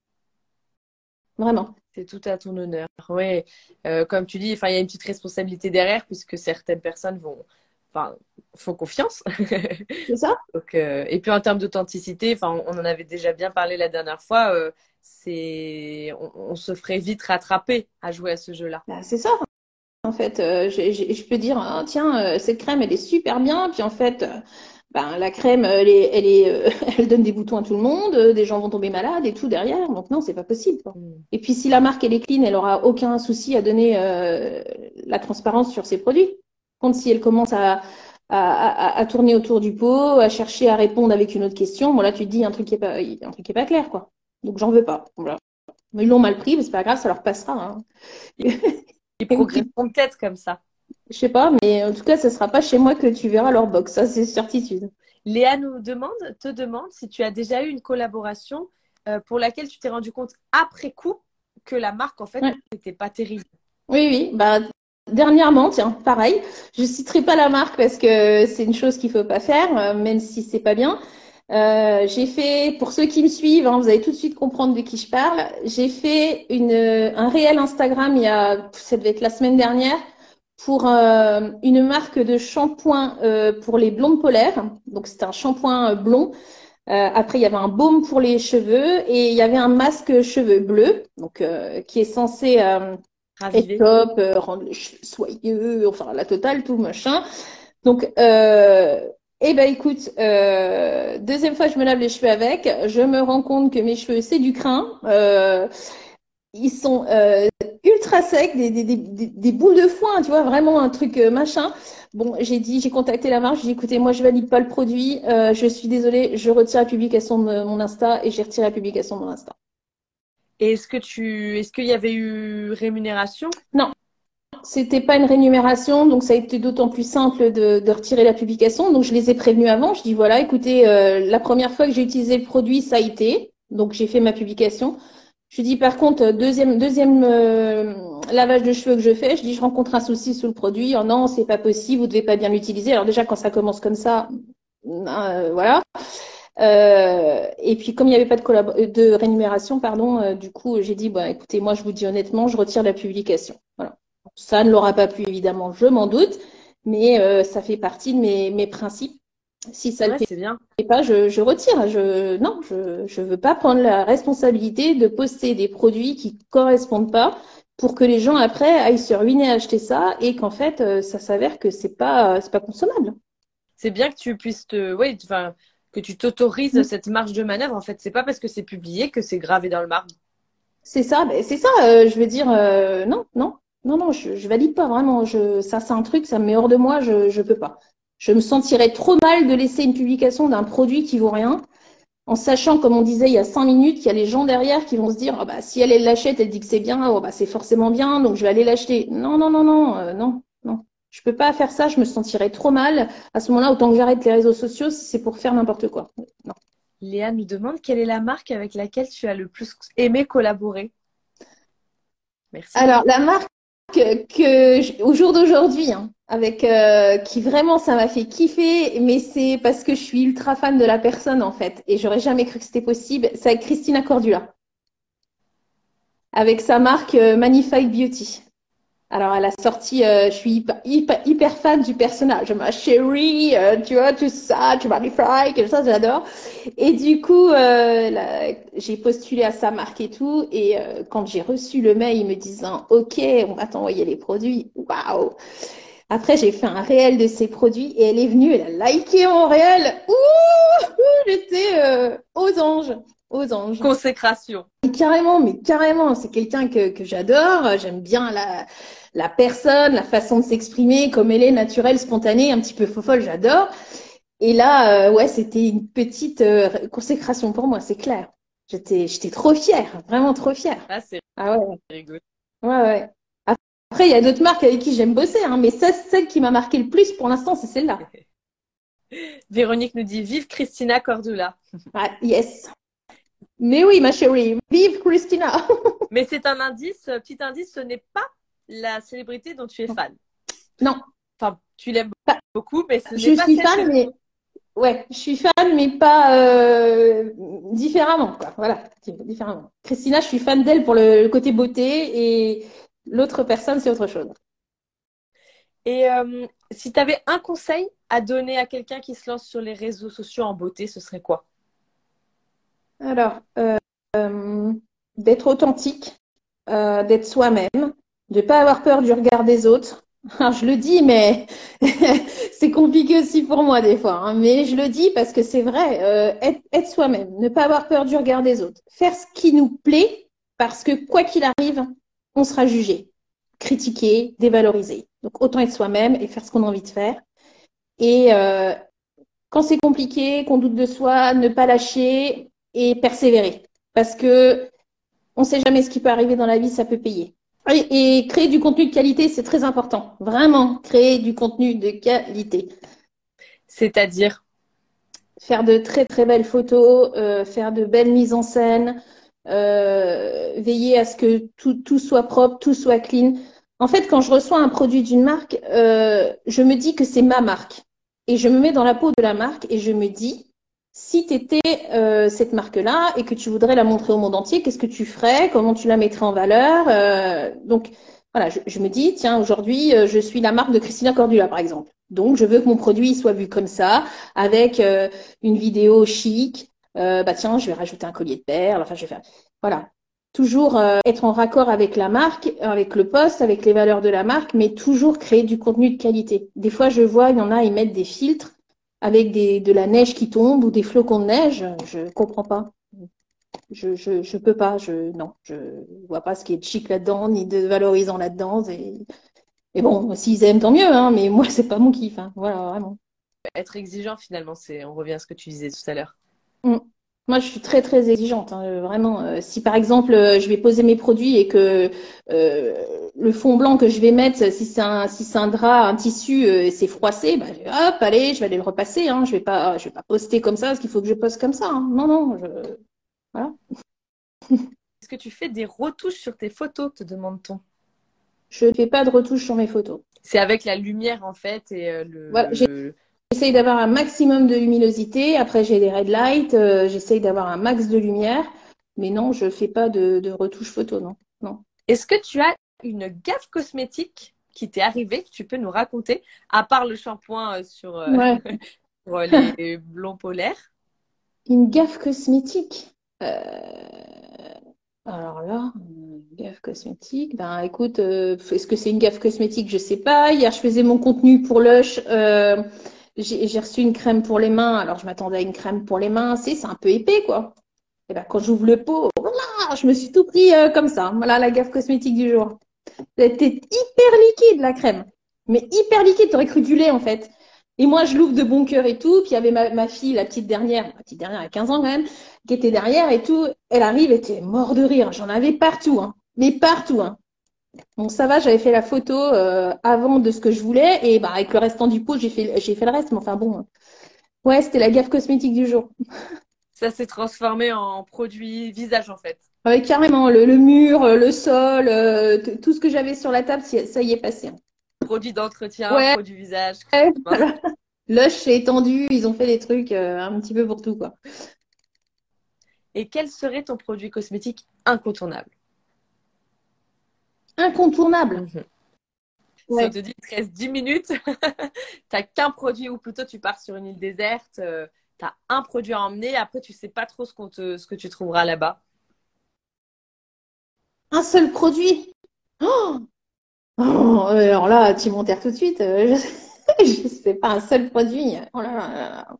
Vraiment. C'est tout à ton honneur. Oui, euh, comme tu dis, enfin, il y a une petite responsabilité derrière puisque certaines personnes vont, enfin, font confiance. C'est ça? Donc, euh, et puis en termes d'authenticité, enfin, on, on en avait déjà bien parlé la dernière fois. Euh, c'est, on, on se ferait vite rattraper à jouer à ce jeu-là. Bah, c'est ça. En fait, euh, j'ai- j'ai- je peux dire, ah, tiens, euh, cette crème, elle est super bien. Puis en fait, euh, ben, la crème, elle est, elle est, euh, elle donne des boutons à tout le monde. euh, Des gens vont tomber malades et tout derrière. Donc non, c'est pas possible, quoi. Mm. Et puis si la marque, elle est clean, elle aura aucun souci à donner euh, la transparence sur ses produits. Contre, si elle commence à, à, à, à tourner autour du pot, à chercher à répondre avec une autre question, bon là, tu te dis un truc qui est pas, un truc qui est pas clair, quoi. Donc j'en veux pas. Voilà. Mais ils l'ont mal pris, mais c'est pas grave, ça leur passera, hein. Ils progresseront peut-être comme ça. Je sais pas, mais en tout cas, ce sera pas chez moi que tu verras leur box, ça c'est certitude. Léa nous demande, te demande si tu as déjà eu une collaboration euh, pour laquelle tu t'es rendu compte après coup que la marque, en fait, Ouais. n'était pas terrible. Oui, oui, bah dernièrement, tiens, pareil. Je citerai pas la marque parce que c'est une chose qu'il faut pas faire, euh, même si c'est pas bien. Euh, j'ai fait, pour ceux qui me suivent, hein, vous allez tout de suite comprendre de qui je parle. J'ai fait une, un réel Instagram il y a, ça devait être la semaine dernière, pour euh, une marque de shampoing euh, pour les blondes polaires. Donc c'était un shampoing euh, blond. Euh, après, il y avait un baume pour les cheveux et il y avait un masque cheveux bleus, donc euh, qui est censé euh, être Ravivé. top, euh, rendre les cheveux soyeux, enfin la totale, tout machin. Donc, euh, eh ben écoute, euh, deuxième fois je me lave les cheveux avec, je me rends compte que mes cheveux c'est du crin. Euh, ils sont euh, ultra secs, des, des, des, des boules de foin, tu vois, vraiment un truc euh, machin. Bon, j'ai dit, j'ai contacté la marque, j'ai dit, écoutez, moi je valide pas le produit, euh, je suis désolée, je retire la publication de mon Insta et j'ai retiré la publication de mon Insta. Et est-ce que tu, est-ce qu'il y avait eu rémunération? Non, c'était pas une rémunération, donc ça a été d'autant plus simple de, de retirer la publication. Donc je les ai prévenus avant. Je dis voilà, écoutez, euh, la première fois que j'ai utilisé le produit, ça a été. Donc j'ai fait ma publication. Je dis par contre, deuxième deuxième euh, lavage de cheveux que je fais, je dis je rencontre un souci sous le produit. Oh non, c'est pas possible, vous devez pas bien l'utiliser. Alors déjà quand ça commence comme ça, euh, voilà. Euh, et puis comme il n'y avait pas de, collab- de rémunération, pardon, euh, du coup j'ai dit bah écoutez, moi je vous dis honnêtement, je retire la publication. Voilà. Ça ne l'aura pas plu évidemment, je m'en doute, mais euh, ça fait partie de mes, mes principes. Si ça le Ouais, fait c'est bien. pas, je, je retire. Je, non, je je veux pas prendre la responsabilité de poster des produits qui correspondent pas pour que les gens après aillent se ruiner à acheter ça et qu'en fait euh, ça s'avère que c'est pas c'est pas consommable. C'est bien que tu puisses te, ouais, enfin, que tu t'autorises Mm. cette marge de manœuvre. En fait, c'est pas parce que c'est publié que c'est gravé dans le marbre. C'est ça, ben, c'est ça. Euh, je veux dire, euh, non, non, non, non, je, je valide pas vraiment. Je, ça, c'est un truc, ça me met hors de moi. Je, je peux pas. Je me sentirais trop mal de laisser une publication d'un produit qui vaut rien, en sachant, comme on disait il y a cinq minutes, qu'il y a les gens derrière qui vont se dire, ah bah, si elle, elle l'achète, elle dit que c'est bien, oh, bah, c'est forcément bien, donc je vais aller l'acheter. Non, non, non, non, euh, non, non. Je peux pas faire ça, je me sentirais trop mal. À ce moment-là, autant que j'arrête les réseaux sociaux, si c'est pour faire n'importe quoi. Non. Léa nous demande quelle est la marque avec laquelle tu as le plus aimé collaborer. Merci. Alors, la marque que, que au jour d'aujourd'hui, hein, avec euh, qui vraiment ça m'a fait kiffer, mais c'est parce que je suis ultra fan de la personne en fait, et j'aurais jamais cru que c'était possible. C'est avec Christina Cordula, avec sa marque euh, Magnified Beauty. Alors, elle a sorti, euh, je suis hyper, hyper, hyper fan du personnage, ma chérie, euh, tu vois, tout ça, tu magnifique, tout ça, j'adore. Et du coup, euh, là, j'ai postulé à sa marque et tout. Et euh, quand j'ai reçu le mail me disant, OK, on va t'envoyer les produits, waouh! Après, j'ai fait un réel de ces produits et elle est venue, elle a liké mon réel. Ouh, j'étais euh, aux anges, aux anges. Consécration. Et carrément, mais carrément, c'est quelqu'un que, que j'adore. J'aime bien la, la personne, la façon de s'exprimer, comme elle est naturelle, spontanée, un petit peu fofolle, j'adore. Et là, euh, ouais, c'était une petite euh, consécration pour moi, c'est clair. J'étais, j'étais trop fière, vraiment trop fière. Ah, c'est Ah ouais, rigolo. ouais, ouais. Après, il y a d'autres marques avec qui j'aime bosser, hein, mais ça, celle qui m'a marqué le plus pour l'instant, c'est celle-là. Véronique nous dit vive Christina Cordula. Ah, yes. Mais oui, ma chérie, vive Christina. Mais c'est un indice, euh, petit indice, ce n'est pas la célébrité dont tu es fan. Non, Enfin, tu l'aimes pas- beaucoup, mais ce n'est je pas suis celle que... fan, mais ouais, je suis fan, mais pas euh, différemment, quoi. Voilà, différemment. Christina, je suis fan d'elle pour le, le côté beauté et l'autre personne, c'est autre chose. Et euh, si tu avais un conseil à donner à quelqu'un qui se lance sur les réseaux sociaux en beauté, ce serait quoi? Alors, euh, euh, d'être authentique, euh, d'être soi-même, de pas avoir peur du regard des autres. Alors, je le dis, mais c'est compliqué aussi pour moi des fois. Hein. Mais je le dis parce que c'est vrai, euh, être, être soi-même, ne pas avoir peur du regard des autres, faire ce qui nous plaît, parce que quoi qu'il arrive, on sera jugé, critiqué, dévalorisé. Donc autant être soi-même et faire ce qu'on a envie de faire. Et euh, quand c'est compliqué, qu'on doute de soi, ne pas lâcher et persévérer, parce que on ne sait jamais ce qui peut arriver dans la vie, ça peut payer. Et, et créer du contenu de qualité, c'est très important. Vraiment, créer du contenu de qualité. C'est-à-dire, Faire de très très belles photos, euh, faire de belles mises en scène, euh, veiller à ce que tout, tout soit propre, tout soit clean. En fait, quand je reçois un produit d'une marque, euh, je me dis que c'est ma marque. Et je me mets dans la peau de la marque et je me dis, si tu étais euh, cette marque-là et que tu voudrais la montrer au monde entier, qu'est-ce que tu ferais? Comment tu la mettrais en valeur? Euh, donc, voilà, je, je me dis, tiens, aujourd'hui, euh, je suis la marque de Christina Cordula, par exemple. Donc, je veux que mon produit soit vu comme ça, avec euh, une vidéo chic. Euh, bah tiens, je vais rajouter un collier de perles. Enfin, je vais faire. Voilà. Toujours euh, être en raccord avec la marque, avec le poste, avec les valeurs de la marque, mais toujours créer du contenu de qualité. Des fois, je vois, il y en a, ils mettent des filtres avec des, de la neige qui tombe ou des flocons de neige. Je comprends pas. Je, je, je peux pas. Je, non, je vois pas ce qui est chic là-dedans, ni de valorisant là-dedans. Et, et bon, s'ils aiment, tant mieux, hein, mais moi, c'est pas mon kiff. Hein. Voilà, vraiment. être exigeant finalement, c'est, on revient à ce que tu disais tout à l'heure. Mm. Moi, je suis très très exigeante, hein, vraiment. Euh, si par exemple, euh, je vais poser mes produits et que euh, le fond blanc que je vais mettre, si c'est un si c'est un drap, un tissu, euh, c'est froissé, bah, hop, allez, je vais aller le repasser. Hein, je vais pas je vais pas poster comme ça parce qu'il faut que je poste comme ça. Hein. Non non, je, voilà. Est-ce que tu fais des retouches sur tes photos, te demande-t-on? Je ne fais pas de retouches sur mes photos. C'est avec la lumière en fait et euh, Voilà, le. j'essaye d'avoir un maximum de luminosité. Après, j'ai des red lights. Euh, j'essaye d'avoir un max de lumière. Mais non, je fais pas de, de retouches photo, non. Non. Est-ce que tu as une gaffe cosmétique qui t'est arrivée que tu peux nous raconter, à part le shampoing euh, sur, euh, Ouais. pour les blonds polaires? Une gaffe cosmétique. Euh, Alors là, une gaffe cosmétique. Ben écoute, euh, est-ce que c'est une gaffe cosmétique? Je sais pas. Hier, je faisais mon contenu pour Lush. Euh, j'ai j'ai reçu une crème pour les mains. Alors, je m'attendais à une crème pour les mains. C'est c'est un peu épais, quoi. Et ben, quand j'ouvre le pot, voilà, je me suis tout pris euh, comme ça. Voilà la gaffe cosmétique du jour. C'était hyper liquide, la crème. Mais hyper liquide, t'aurais cru du lait, en fait. Et moi, je l'ouvre de bon cœur et tout. Puis il y avait ma, ma fille, la petite dernière, la petite dernière à quinze ans quand même, qui était derrière et tout. Elle arrive, elle était mort de rire. J'en avais partout, hein. Mais partout, hein. Bon, ça va, j'avais fait la photo euh, avant de ce que je voulais. Et bah, avec le restant du pot, j'ai fait, j'ai fait le reste. Mais enfin bon, ouais, c'était la gaffe cosmétique du jour. Ça s'est transformé en produit visage en fait. Ouais, carrément, le, le mur, le sol, euh, t- tout ce que j'avais sur la table, ça y est passé. Hein. Produit d'entretien, Ouais, produit visage. voilà. Lush, c'est étendu, ils ont fait des trucs euh, un petit peu pour tout, quoi. Et quel serait ton produit cosmétique incontournable? Incontournable. Mhm. Si on Ouais. te dit qu'il te reste dix minutes, t'as qu'un produit ou plutôt tu pars sur une île déserte, euh, t'as un produit à emmener, après tu sais pas trop ce, qu'on te, ce que tu trouveras là-bas. Un seul produit. Oh, oh, alors là, tu m'enterres tout de suite. euh, je... je sais pas, un seul produit. Oh là là là là.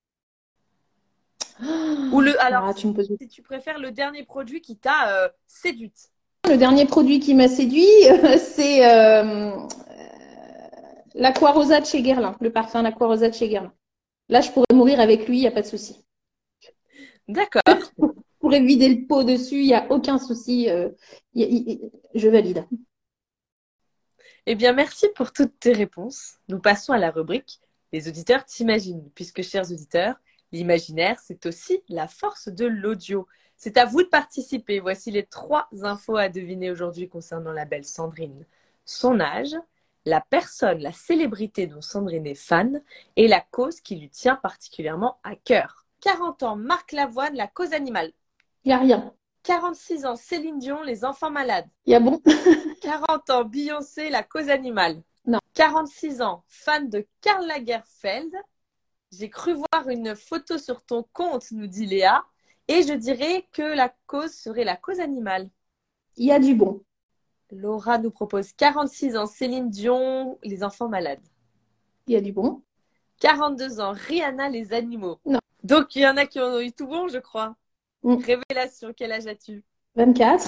Ou le, Alors alors, là, tu me poses... si tu préfères le dernier produit qui t'a euh, séduite. Le dernier produit qui m'a séduit, euh, c'est euh, l'Aqua Rosa de chez Guerlain, le parfum l'Aqua Rosa de chez Guerlain. Là, je pourrais mourir avec lui, il n'y a pas de souci. D'accord. Je pourrais vider le pot dessus, il n'y a aucun souci. euh, y- y- je valide. Eh bien, merci pour toutes tes réponses. Nous passons à la rubrique Les auditeurs t'imaginent, puisque, chers auditeurs, l'imaginaire, c'est aussi la force de l'audio. C'est à vous de participer. Voici les trois infos à deviner aujourd'hui concernant la belle Sandrine. Son âge, la personne, la célébrité dont Sandrine est fan et la cause qui lui tient particulièrement à cœur. quarante ans, Marc Lavoine, la cause animale. Il n'y a rien. quarante-six ans, Céline Dion, les enfants malades. Il y a bon. quarante ans, Beyoncé, la cause animale. Non. quarante-six ans, fan de Karl Lagerfeld. J'ai cru voir une photo sur ton compte, nous dit Léa. Et je dirais que la cause serait la cause animale. Il y a du bon. Laura nous propose quarante-six ans, Céline Dion, les enfants malades. Il y a du bon. quarante-deux ans, Rihanna, les animaux. Non. Donc il y en a qui ont eu tout bon, je crois. Mm. Révélation, quel âge as-tu? vingt-quatre.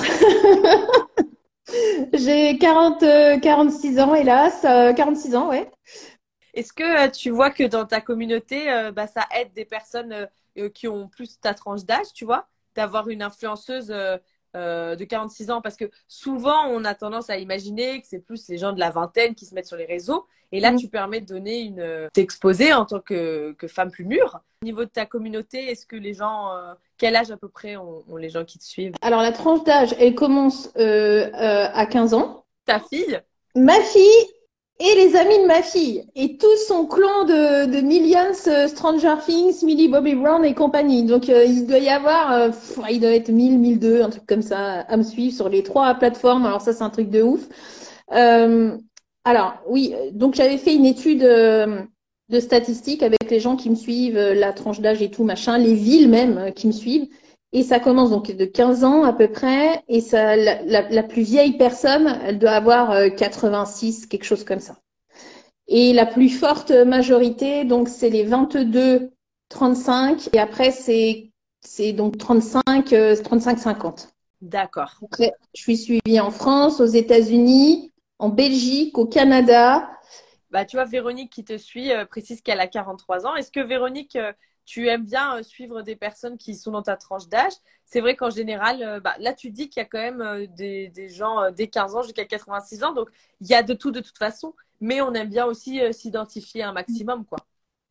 J'ai quarante, euh, quarante-six ans, hélas. Euh, quarante-six ans, ouais. Est-ce que euh, tu vois que dans ta communauté, euh, bah, ça aide des personnes euh, euh, qui ont plus ta tranche d'âge, tu vois, d'avoir une influenceuse euh, euh, de quarante-six ans? Parce que souvent, on a tendance à imaginer que c'est plus les gens de la vingtaine qui se mettent sur les réseaux. Et là, Mm. tu permets de donner une, euh, t'exposer en tant que, que femme plus mûre. Au niveau de ta communauté, est-ce que les gens, euh, quel âge à peu près ont, ont les gens qui te suivent? Alors, la tranche d'âge, elle commence euh, euh, à quinze ans. Ta fille? Ma fille et les amis de ma fille. Et tout son clan de, de Millions, euh, Stranger Things, Millie Bobby Brown et compagnie. Donc, euh, il doit y avoir, euh, pff, il doit être mille, mille deux, un truc comme ça, à me suivre sur les trois plateformes. Alors, ça, c'est un truc de ouf. Euh, alors, oui, euh, donc j'avais fait une étude euh, de statistiques avec les gens qui me suivent, euh, la tranche d'âge et tout, machin, les villes même euh, qui me suivent. Et ça commence donc de quinze ans à peu près. Et ça, la, la, la plus vieille personne, elle doit avoir euh, quatre-vingt-six, quelque chose comme ça. Et la plus forte majorité, donc c'est les vingt-deux trente-cinq. Et après, c'est c'est donc trente-cinq, euh, trente-cinq cinquante. D'accord. Après, je suis suivie en France, aux États-Unis, en Belgique, au Canada. Bah, tu vois, Véronique qui te suit euh, précise qu'elle a quarante-trois ans. Est-ce que Véronique, euh, tu aimes bien euh, suivre des personnes qui sont dans ta tranche d'âge. C'est vrai qu'en général, euh, bah, là, tu dis qu'il y a quand même euh, des, des gens euh, dès quinze ans jusqu'à quatre-vingt-six ans. Donc, il y a de tout de toute façon. Mais on aime bien aussi euh, s'identifier un maximum, quoi.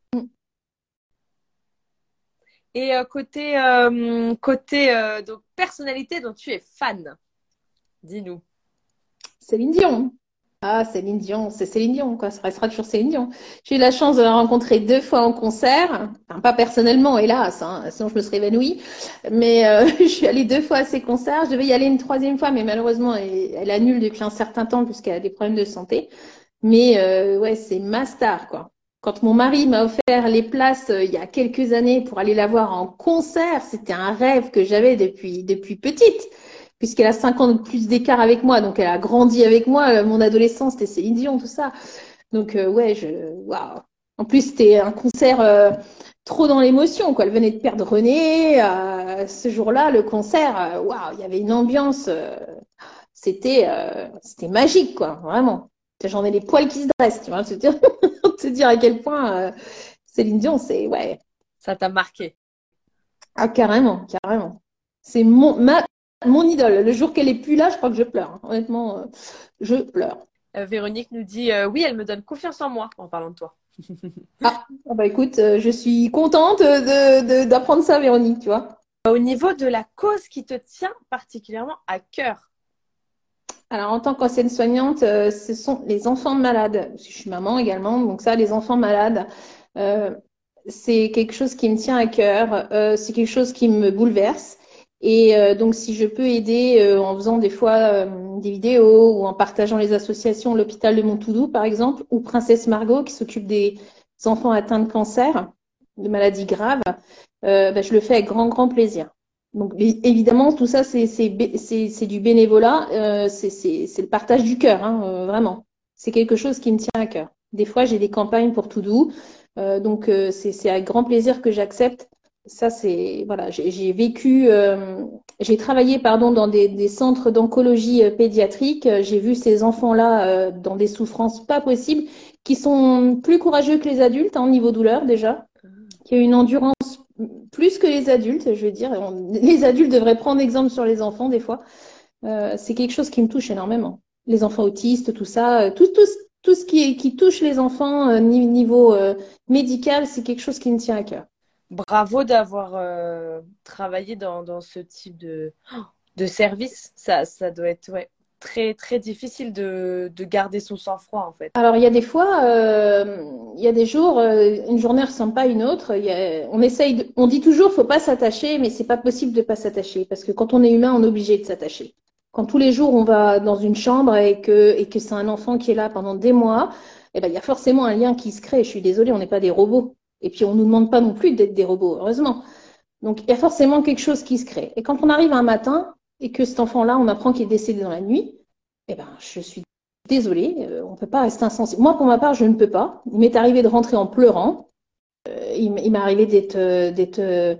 Et euh, côté, euh, côté euh, donc, personnalité dont tu es fan, dis-nous. Céline Dion. Ah, Céline Dion, c'est Céline Dion, quoi. Ça restera toujours Céline Dion. J'ai eu la chance de la rencontrer deux fois en concert. Enfin, pas personnellement, hélas, hein, sinon je me serais évanouie. Mais euh, je suis allée deux fois à ses concerts. Je devais y aller une troisième fois, mais malheureusement, elle, elle annule depuis un certain temps puisqu'elle a des problèmes de santé. Mais euh, ouais, c'est ma star, quoi. Quand mon mari m'a offert les places euh, il y a quelques années pour aller la voir en concert, c'était un rêve que j'avais depuis, depuis petite, puisqu'elle a cinq ans de plus d'écart avec moi, donc elle a grandi avec moi. Euh, Mon adolescence, c'était Céline Dion, tout ça. Donc euh, ouais, je, waouh. En plus, c'était un concert euh, trop dans l'émotion, quoi. Elle venait de perdre René. Euh, ce jour-là, le concert, euh, waouh, il y avait une ambiance. Euh, c'était, euh, c'était magique, quoi, vraiment. J'en ai les poils qui se dressent, tu vois, te dire, te dire à quel point euh, Céline Dion, c'est, ouais, Ça t'a marqué. ah, carrément, carrément. C'est mon, ma, mon idole. Le jour qu'elle est plus là, je crois que je pleure. Hein. Honnêtement, euh, je pleure. Euh, Véronique nous dit euh, oui, elle me donne confiance en moi en parlant de toi. Ah, ah bah écoute, euh, je suis contente de, de- d'apprendre ça, Véronique, tu vois. Au niveau de la cause qui te tient particulièrement à cœur. Alors, en tant qu'ancienne soignante, euh, ce sont les enfants malades. Parce que je suis maman également, donc ça, les enfants malades, euh, c'est quelque chose qui me tient à cœur. Euh, c'est quelque chose qui me bouleverse. Et euh, donc, si je peux aider euh, en faisant des fois euh, des vidéos ou en partageant les associations, l'hôpital de Montoudou, par exemple, ou Princesse Margot, qui s'occupe des enfants atteints de cancer, de maladies graves, euh, bah, je le fais avec grand, grand plaisir. Donc évidemment, tout ça, c'est c'est c'est c'est du bénévolat, euh, c'est c'est c'est le partage du cœur, hein, euh, vraiment. C'est quelque chose qui me tient à cœur. Des fois, j'ai des campagnes pour tout doux, euh, donc euh, c'est c'est avec grand plaisir que j'accepte. Ça, c'est voilà, j'ai j'ai vécu, euh, j'ai travaillé pardon dans des des centres d'oncologie euh, pédiatrique. J'ai vu ces enfants-là euh, dans des souffrances pas possibles, qui sont plus courageux que les adultes hein, au niveau douleur déjà, qui ont une endurance plus que les adultes, je veux dire. On- les adultes devraient prendre exemple sur les enfants des fois. Euh, c'est quelque chose qui me touche énormément. Les enfants autistes, tout ça, euh, tout, tout, tout ce qui, est, qui touche les enfants euh, niveau euh, médical, c'est quelque chose qui me tient à cœur. Bravo d'avoir euh, travaillé dans, dans ce type de, de service. Ça, ça doit être ouais, très, très difficile de, de garder son sang-froid, en fait. Alors, il y a des fois, euh, il y a des jours, euh, une journée ne ressemble pas à une autre. Il y a- on essaye, de- on dit toujours, faut pas s'attacher, mais c'est pas possible de pas s'attacher parce que quand on est humain, on est obligé de s'attacher. Quand tous les jours on va dans une chambre et que et que c'est un enfant qui est là pendant des mois, eh ben il y a forcément un lien qui se crée. Je suis désolée, on n'est pas des robots. Et puis on nous demande pas non plus d'être des robots, heureusement. Donc il y a forcément quelque chose qui se crée. Et quand on arrive un matin et que cet enfant-là, on apprend qu'il est décédé dans la nuit, eh ben je suis désolée, euh, on ne peut pas rester insensible. Moi, pour ma part, je ne peux pas. Il m'est arrivé de rentrer en pleurant. Euh, il m'est arrivé d'être euh, d'être euh,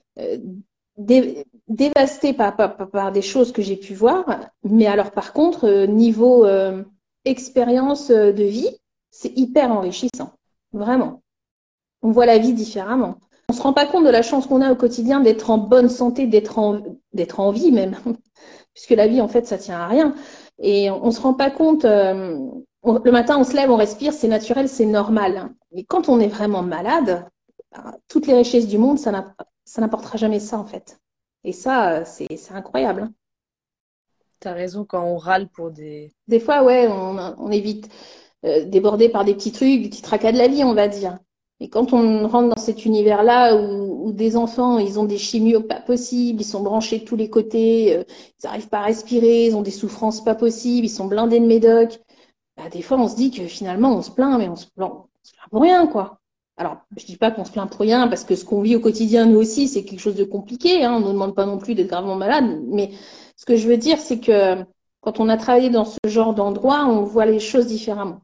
dé dévastée par, par, par, des choses que j'ai pu voir. Mais alors, par contre, euh, niveau euh, expérience de vie, c'est hyper enrichissant. Vraiment. On voit la vie différemment. On ne se rend pas compte de la chance qu'on a au quotidien d'être en bonne santé, d'être en, d'être en vie même. Puisque la vie, en fait, ça tient à rien. Et on ne se rend pas compte, euh, on, le matin, on se lève, on respire, c'est naturel, c'est normal. Mais quand on est vraiment malade, ben, toutes les richesses du monde, ça n'apportera jamais ça, en fait. Et ça, c'est incroyable. Hein. Tu as raison quand on râle pour des... Des fois, ouais, on, on est vite euh, débordé par des petits trucs, des petits tracas de la vie, on va dire. Et quand on rentre dans cet univers-là où, où des enfants, ils ont des chimios pas possibles, ils sont branchés de tous les côtés, euh, ils n'arrivent pas à respirer, ils ont des souffrances pas possibles, ils sont blindés de médoc, bah, des fois on se dit que finalement on se plaint, mais on se plaint, on se plaint pour rien, quoi. Alors, je dis pas qu'on se plaint pour rien, parce que ce qu'on vit au quotidien, nous aussi, c'est quelque chose de compliqué, hein, on ne nous demande pas non plus d'être gravement malade, mais ce que je veux dire, c'est que quand on a travaillé dans ce genre d'endroit, on voit les choses différemment.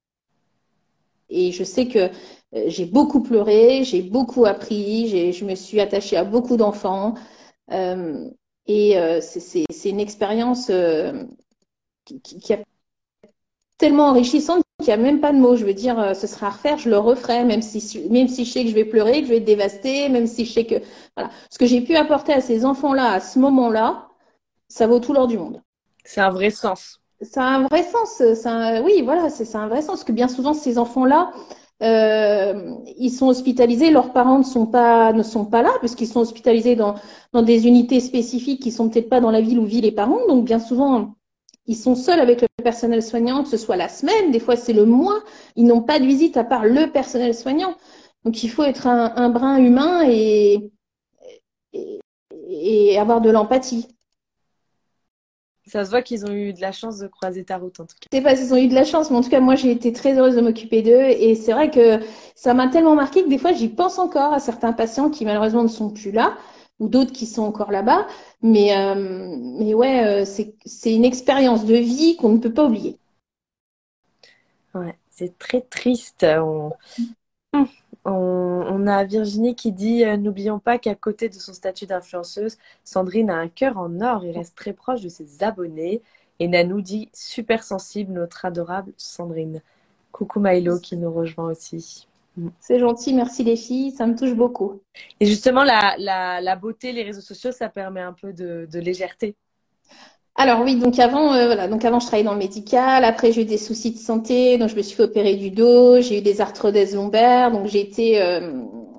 Et je sais que euh, j'ai beaucoup pleuré, j'ai beaucoup appris, j'ai, je me suis attachée à beaucoup d'enfants. Euh, et euh, c'est une expérience euh, qui, qui, a tellement enrichissante il n'y a même pas de mots. Je veux dire, euh, ce sera à refaire, je le referai, même si, même si je sais que je vais pleurer, que je vais être dévastée, même si je sais que, voilà. Ce que j'ai pu apporter à ces enfants-là, à ce moment-là, ça vaut tout l'or du monde. C'est un vrai sens. Ça a un vrai sens. Ça a- oui, voilà, c'est ça a un vrai sens. Parce que bien souvent, ces enfants-là, euh, ils sont hospitalisés, leurs parents ne sont pas, ne sont pas là, parce qu'ils sont hospitalisés dans, dans des unités spécifiques qui sont peut-être pas dans la ville où vivent les parents. Donc, bien souvent, ils sont seuls avec le personnel soignant, que ce soit la semaine, des fois c'est le mois. Ils n'ont pas de visite à part le personnel soignant. Donc, il faut être un, un brin humain et, et, et avoir de l'empathie. Ça se voit qu'ils ont eu de la chance de croiser ta route, en tout cas. Je sais pas s'ils ont eu de la chance, mais en tout cas, moi, j'ai été très heureuse de m'occuper d'eux. Et c'est vrai que ça m'a tellement marqué que des fois, j'y pense encore à certains patients qui, malheureusement, ne sont plus là, ou d'autres qui sont encore là-bas. Mais, euh, mais ouais, euh, c'est, c'est une expérience de vie qu'on ne peut pas oublier. Ouais, c'est très triste. On... On, on a Virginie qui dit euh, n'oublions pas qu'à côté de son statut d'influenceuse, Sandrine a un cœur en or et reste très proche de ses abonnés. Et Nanou dit super sensible, notre adorable Sandrine. Coucou Milo qui nous rejoint aussi. Mm. C'est gentil, merci les filles, ça me touche beaucoup. Et justement, la, la, la beauté, les réseaux sociaux, ça permet un peu de, de légèreté. Alors oui, donc avant, euh, voilà, donc avant je travaillais dans le médical. Après j'ai eu des soucis de santé, donc je me suis fait opérer du dos. J'ai eu des arthrodèses lombaires, donc j'ai été euh,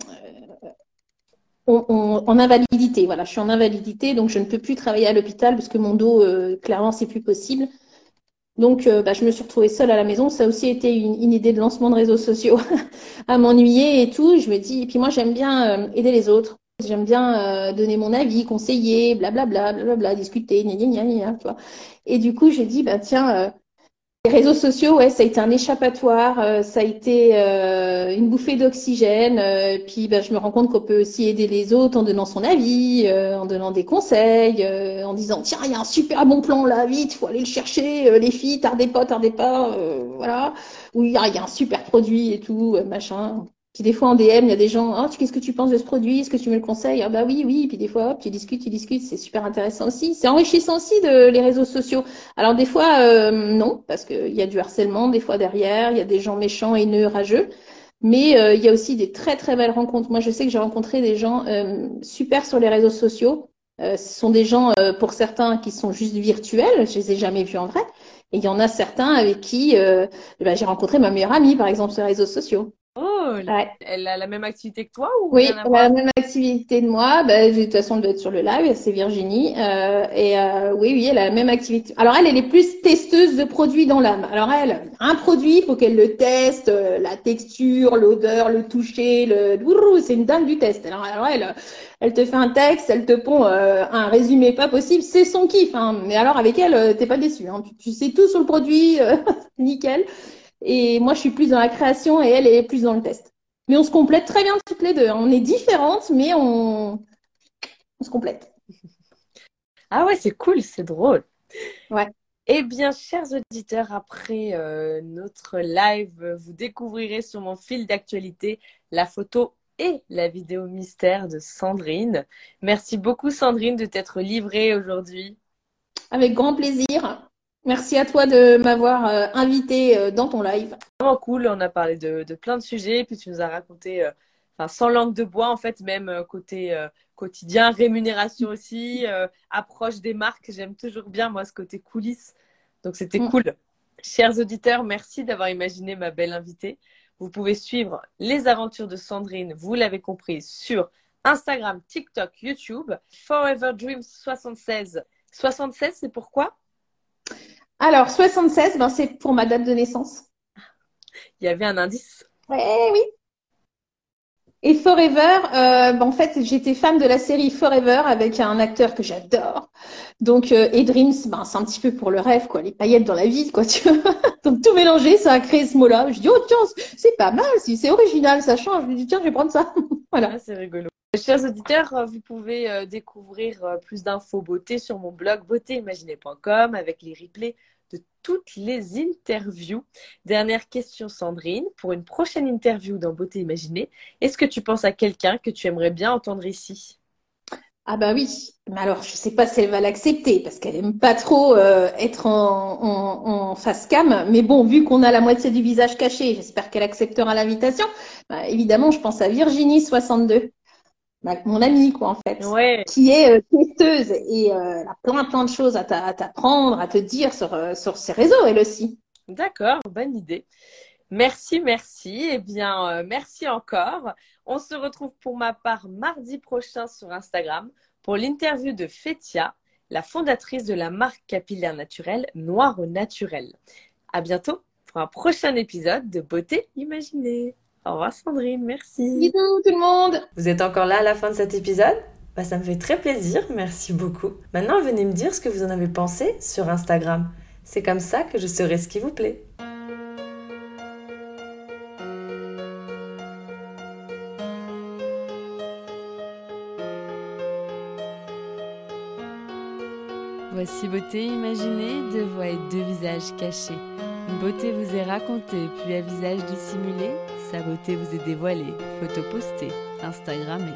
en, en- en invalidité. Voilà, je suis en invalidité, donc je ne peux plus travailler à l'hôpital parce que mon dos, euh, clairement, c'est plus possible. Donc, euh, bah, je me suis retrouvée seule à la maison. Ça a aussi été une, une idée de lancement de réseaux sociaux à m'ennuyer et tout. Je me dis, et puis moi, j'aime bien euh, aider les autres. J'aime bien euh, donner mon avis, conseiller, blablabla, blablabla, discuter, gna gna gna gna, tu vois. Et du coup, j'ai dit, bah tiens, euh, les réseaux sociaux, ouais, ça a été un échappatoire, euh, ça a été euh, une bouffée d'oxygène. Euh, puis bah, je me rends compte qu'on peut aussi aider les autres en donnant son avis, euh, en donnant des conseils, euh, en disant tiens, il y a un super bon plan là, vite, faut aller le chercher, euh, les filles, tardez pas, tardez pas, euh, voilà. Ou il y, a il y a un super produit et tout, euh, machin. Puis des fois en D M, il y a des gens, ah, qu'est-ce que tu penses de ce produit? Est-ce que tu me le conseilles? Ah bah oui, oui. Puis des fois, hop, tu discutes, tu discutes, c'est super intéressant aussi. C'est enrichissant aussi de les réseaux sociaux. Alors des fois, euh, non, parce qu'il y a du harcèlement des fois derrière, il y a des gens méchants, haineux, rageux, mais euh, il y a aussi des très très belles rencontres. Moi, je sais que j'ai rencontré des gens euh, super sur les réseaux sociaux. Euh, ce sont des gens, euh, pour certains, qui sont juste virtuels, je les ai jamais vus en vrai, et il y en a certains avec qui euh, bah, j'ai rencontré ma meilleure amie, par exemple, sur les réseaux sociaux. Oh, Ouais. elle a la même activité que toi ou rien Oui, à elle a la voir? même activité de moi. Bah, de toute façon, elle doit être sur le live. C'est Virginie. Euh, et euh, oui, oui, elle a la même activité. Alors elle, elle est plus testeuse de produits dans l'âme. Alors elle, un produit, il faut qu'elle le teste, euh, la texture, l'odeur, le toucher, le. Ouh, c'est une dingue du test. Alors, alors elle, elle te fait un texte, elle te pond euh, un résumé pas possible. C'est son kiff. Hein. Mais alors avec elle, euh, t'es pas déçu. Hein. Tu, tu sais tout sur le produit, euh, nickel. Et moi, je suis plus dans la création et elle est plus dans le test. Mais on se complète très bien toutes les deux. On est différentes, mais on, on se complète. Ah ouais, c'est cool, c'est drôle. Ouais. Eh bien, chers auditeurs, après euh, notre live, vous découvrirez sur mon fil d'actualité la photo et la vidéo mystère de Sandrine. Merci beaucoup, Sandrine, de t'être livrée aujourd'hui. Avec grand plaisir. Merci à toi de m'avoir euh, invité euh, dans ton live. Vraiment cool, on a parlé de, de plein de sujets, puis tu nous as raconté, euh, enfin, sans langue de bois, en fait, même euh, côté euh, quotidien, rémunération aussi, euh, approche des marques. J'aime toujours bien, moi, ce côté coulisses. Donc, c'était Mm. cool. Chers auditeurs, merci d'avoir imaginé ma belle invitée. Vous pouvez suivre les aventures de Sandrine, vous l'avez compris, sur Instagram, TikTok, YouTube. Forever Dreams soixante-seize. soixante-seize, c'est pourquoi? Alors, soixante-seize, ben, c'est pour ma date de naissance. Il y avait un indice. Ouais, oui. Et Forever, euh, ben, en fait, j'étais fan de la série Forever avec un acteur que j'adore. Donc, euh, et Dreams, ben, c'est un petit peu pour le rêve, quoi, les paillettes dans la vie, quoi, tu vois. Donc, tout mélangé, ça a créé ce mot-là. Je dis, oh, tiens, c'est pas mal, si c'est original, ça change. Je me dis, tiens, je vais prendre ça. Voilà. Ah, c'est rigolo. Chers auditeurs, euh, vous pouvez euh, découvrir euh, plus d'infos beauté sur mon blog beauté imaginée point com avec les replays de toutes les interviews. Dernière question, Sandrine. Pour une prochaine interview dans Beauté Imaginée, est-ce que tu penses à quelqu'un que tu aimerais bien entendre ici? Ah bah oui, mais alors je sais pas si elle va l'accepter parce qu'elle aime pas trop euh, être en, en, en face cam. Mais bon, vu qu'on a la moitié du visage caché, j'espère qu'elle acceptera l'invitation. Bah, évidemment, je pense à Virginie soixante-deux, bah, mon amie quoi en fait, Ouais, qui est euh, testeuse et euh, elle a plein plein de choses à t'a- à t'apprendre, à te dire sur euh, sur ses réseaux elle aussi. d'accord, bonne idée. Merci, merci. Eh bien, euh, merci encore. On se retrouve pour ma part mardi prochain sur Instagram pour l'interview de Fétia, la fondatrice de la marque capillaire naturelle Noir au Naturel. À bientôt pour un prochain épisode de Beauté Imaginée. Au revoir Sandrine, merci. Bisous tout le monde. Vous êtes encore là à la fin de cet épisode? Bah, ça me fait très plaisir, merci beaucoup. Maintenant, venez me dire ce que vous en avez pensé sur Instagram. C'est comme ça que je saurai ce qui vous plaît. Voici Beauté imaginée, deux voix et deux visages cachés. Une beauté vous est racontée, puis à visage dissimulé, sa beauté vous est dévoilée, photo postée, Instagrammée.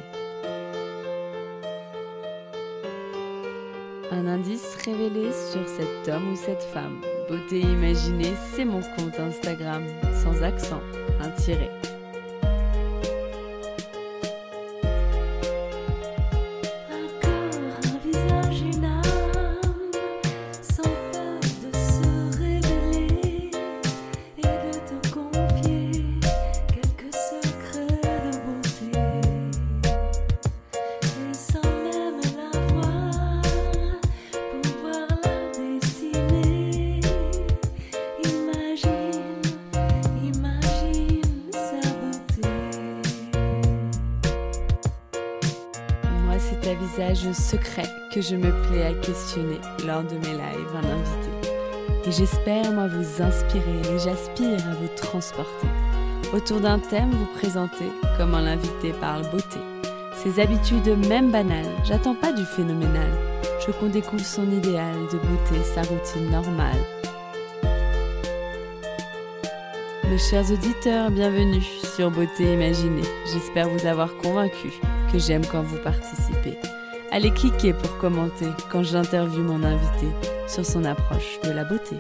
Un indice révélé sur cet homme ou cette femme. Beauté imaginée, c'est mon compte Instagram, sans accent, un tiret. C'est à visage secret que je me plais à questionner lors de mes lives un invité. Et j'espère, moi, vous inspirer et j'aspire à vous transporter. Autour d'un thème, vous présenter comment l'invité parle beauté. Ses habitudes même banales, j'attends pas du phénoménal. Je veux qu'on découvre son idéal de beauté, sa routine normale. Mes chers auditeurs, bienvenue sur Beauté Imaginée. J'espère vous avoir convaincu que j'aime quand vous participez. Allez cliquer pour commenter quand j'interviewe mon invité sur son approche de la beauté.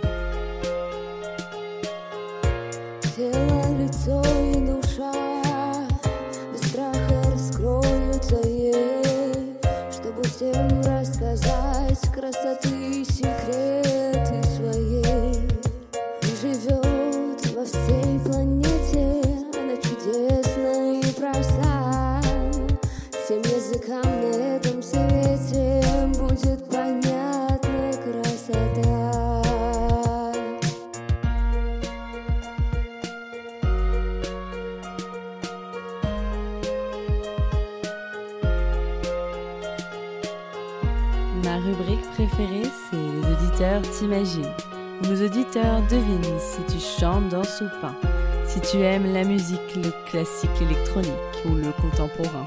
Ma rubrique préférée, c'est Les auditeurs t'imaginent, où nos auditeurs devinent si tu chantes, danses ou peins, si tu aimes la musique, le classique électronique ou le contemporain.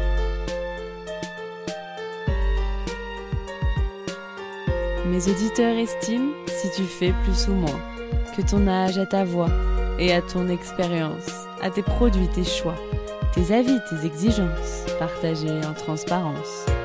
Mes auditeurs estiment si tu fais plus ou moins, que ton âge à ta voix et à ton expérience, à tes produits, tes choix, tes avis, tes exigences, partagés en transparence.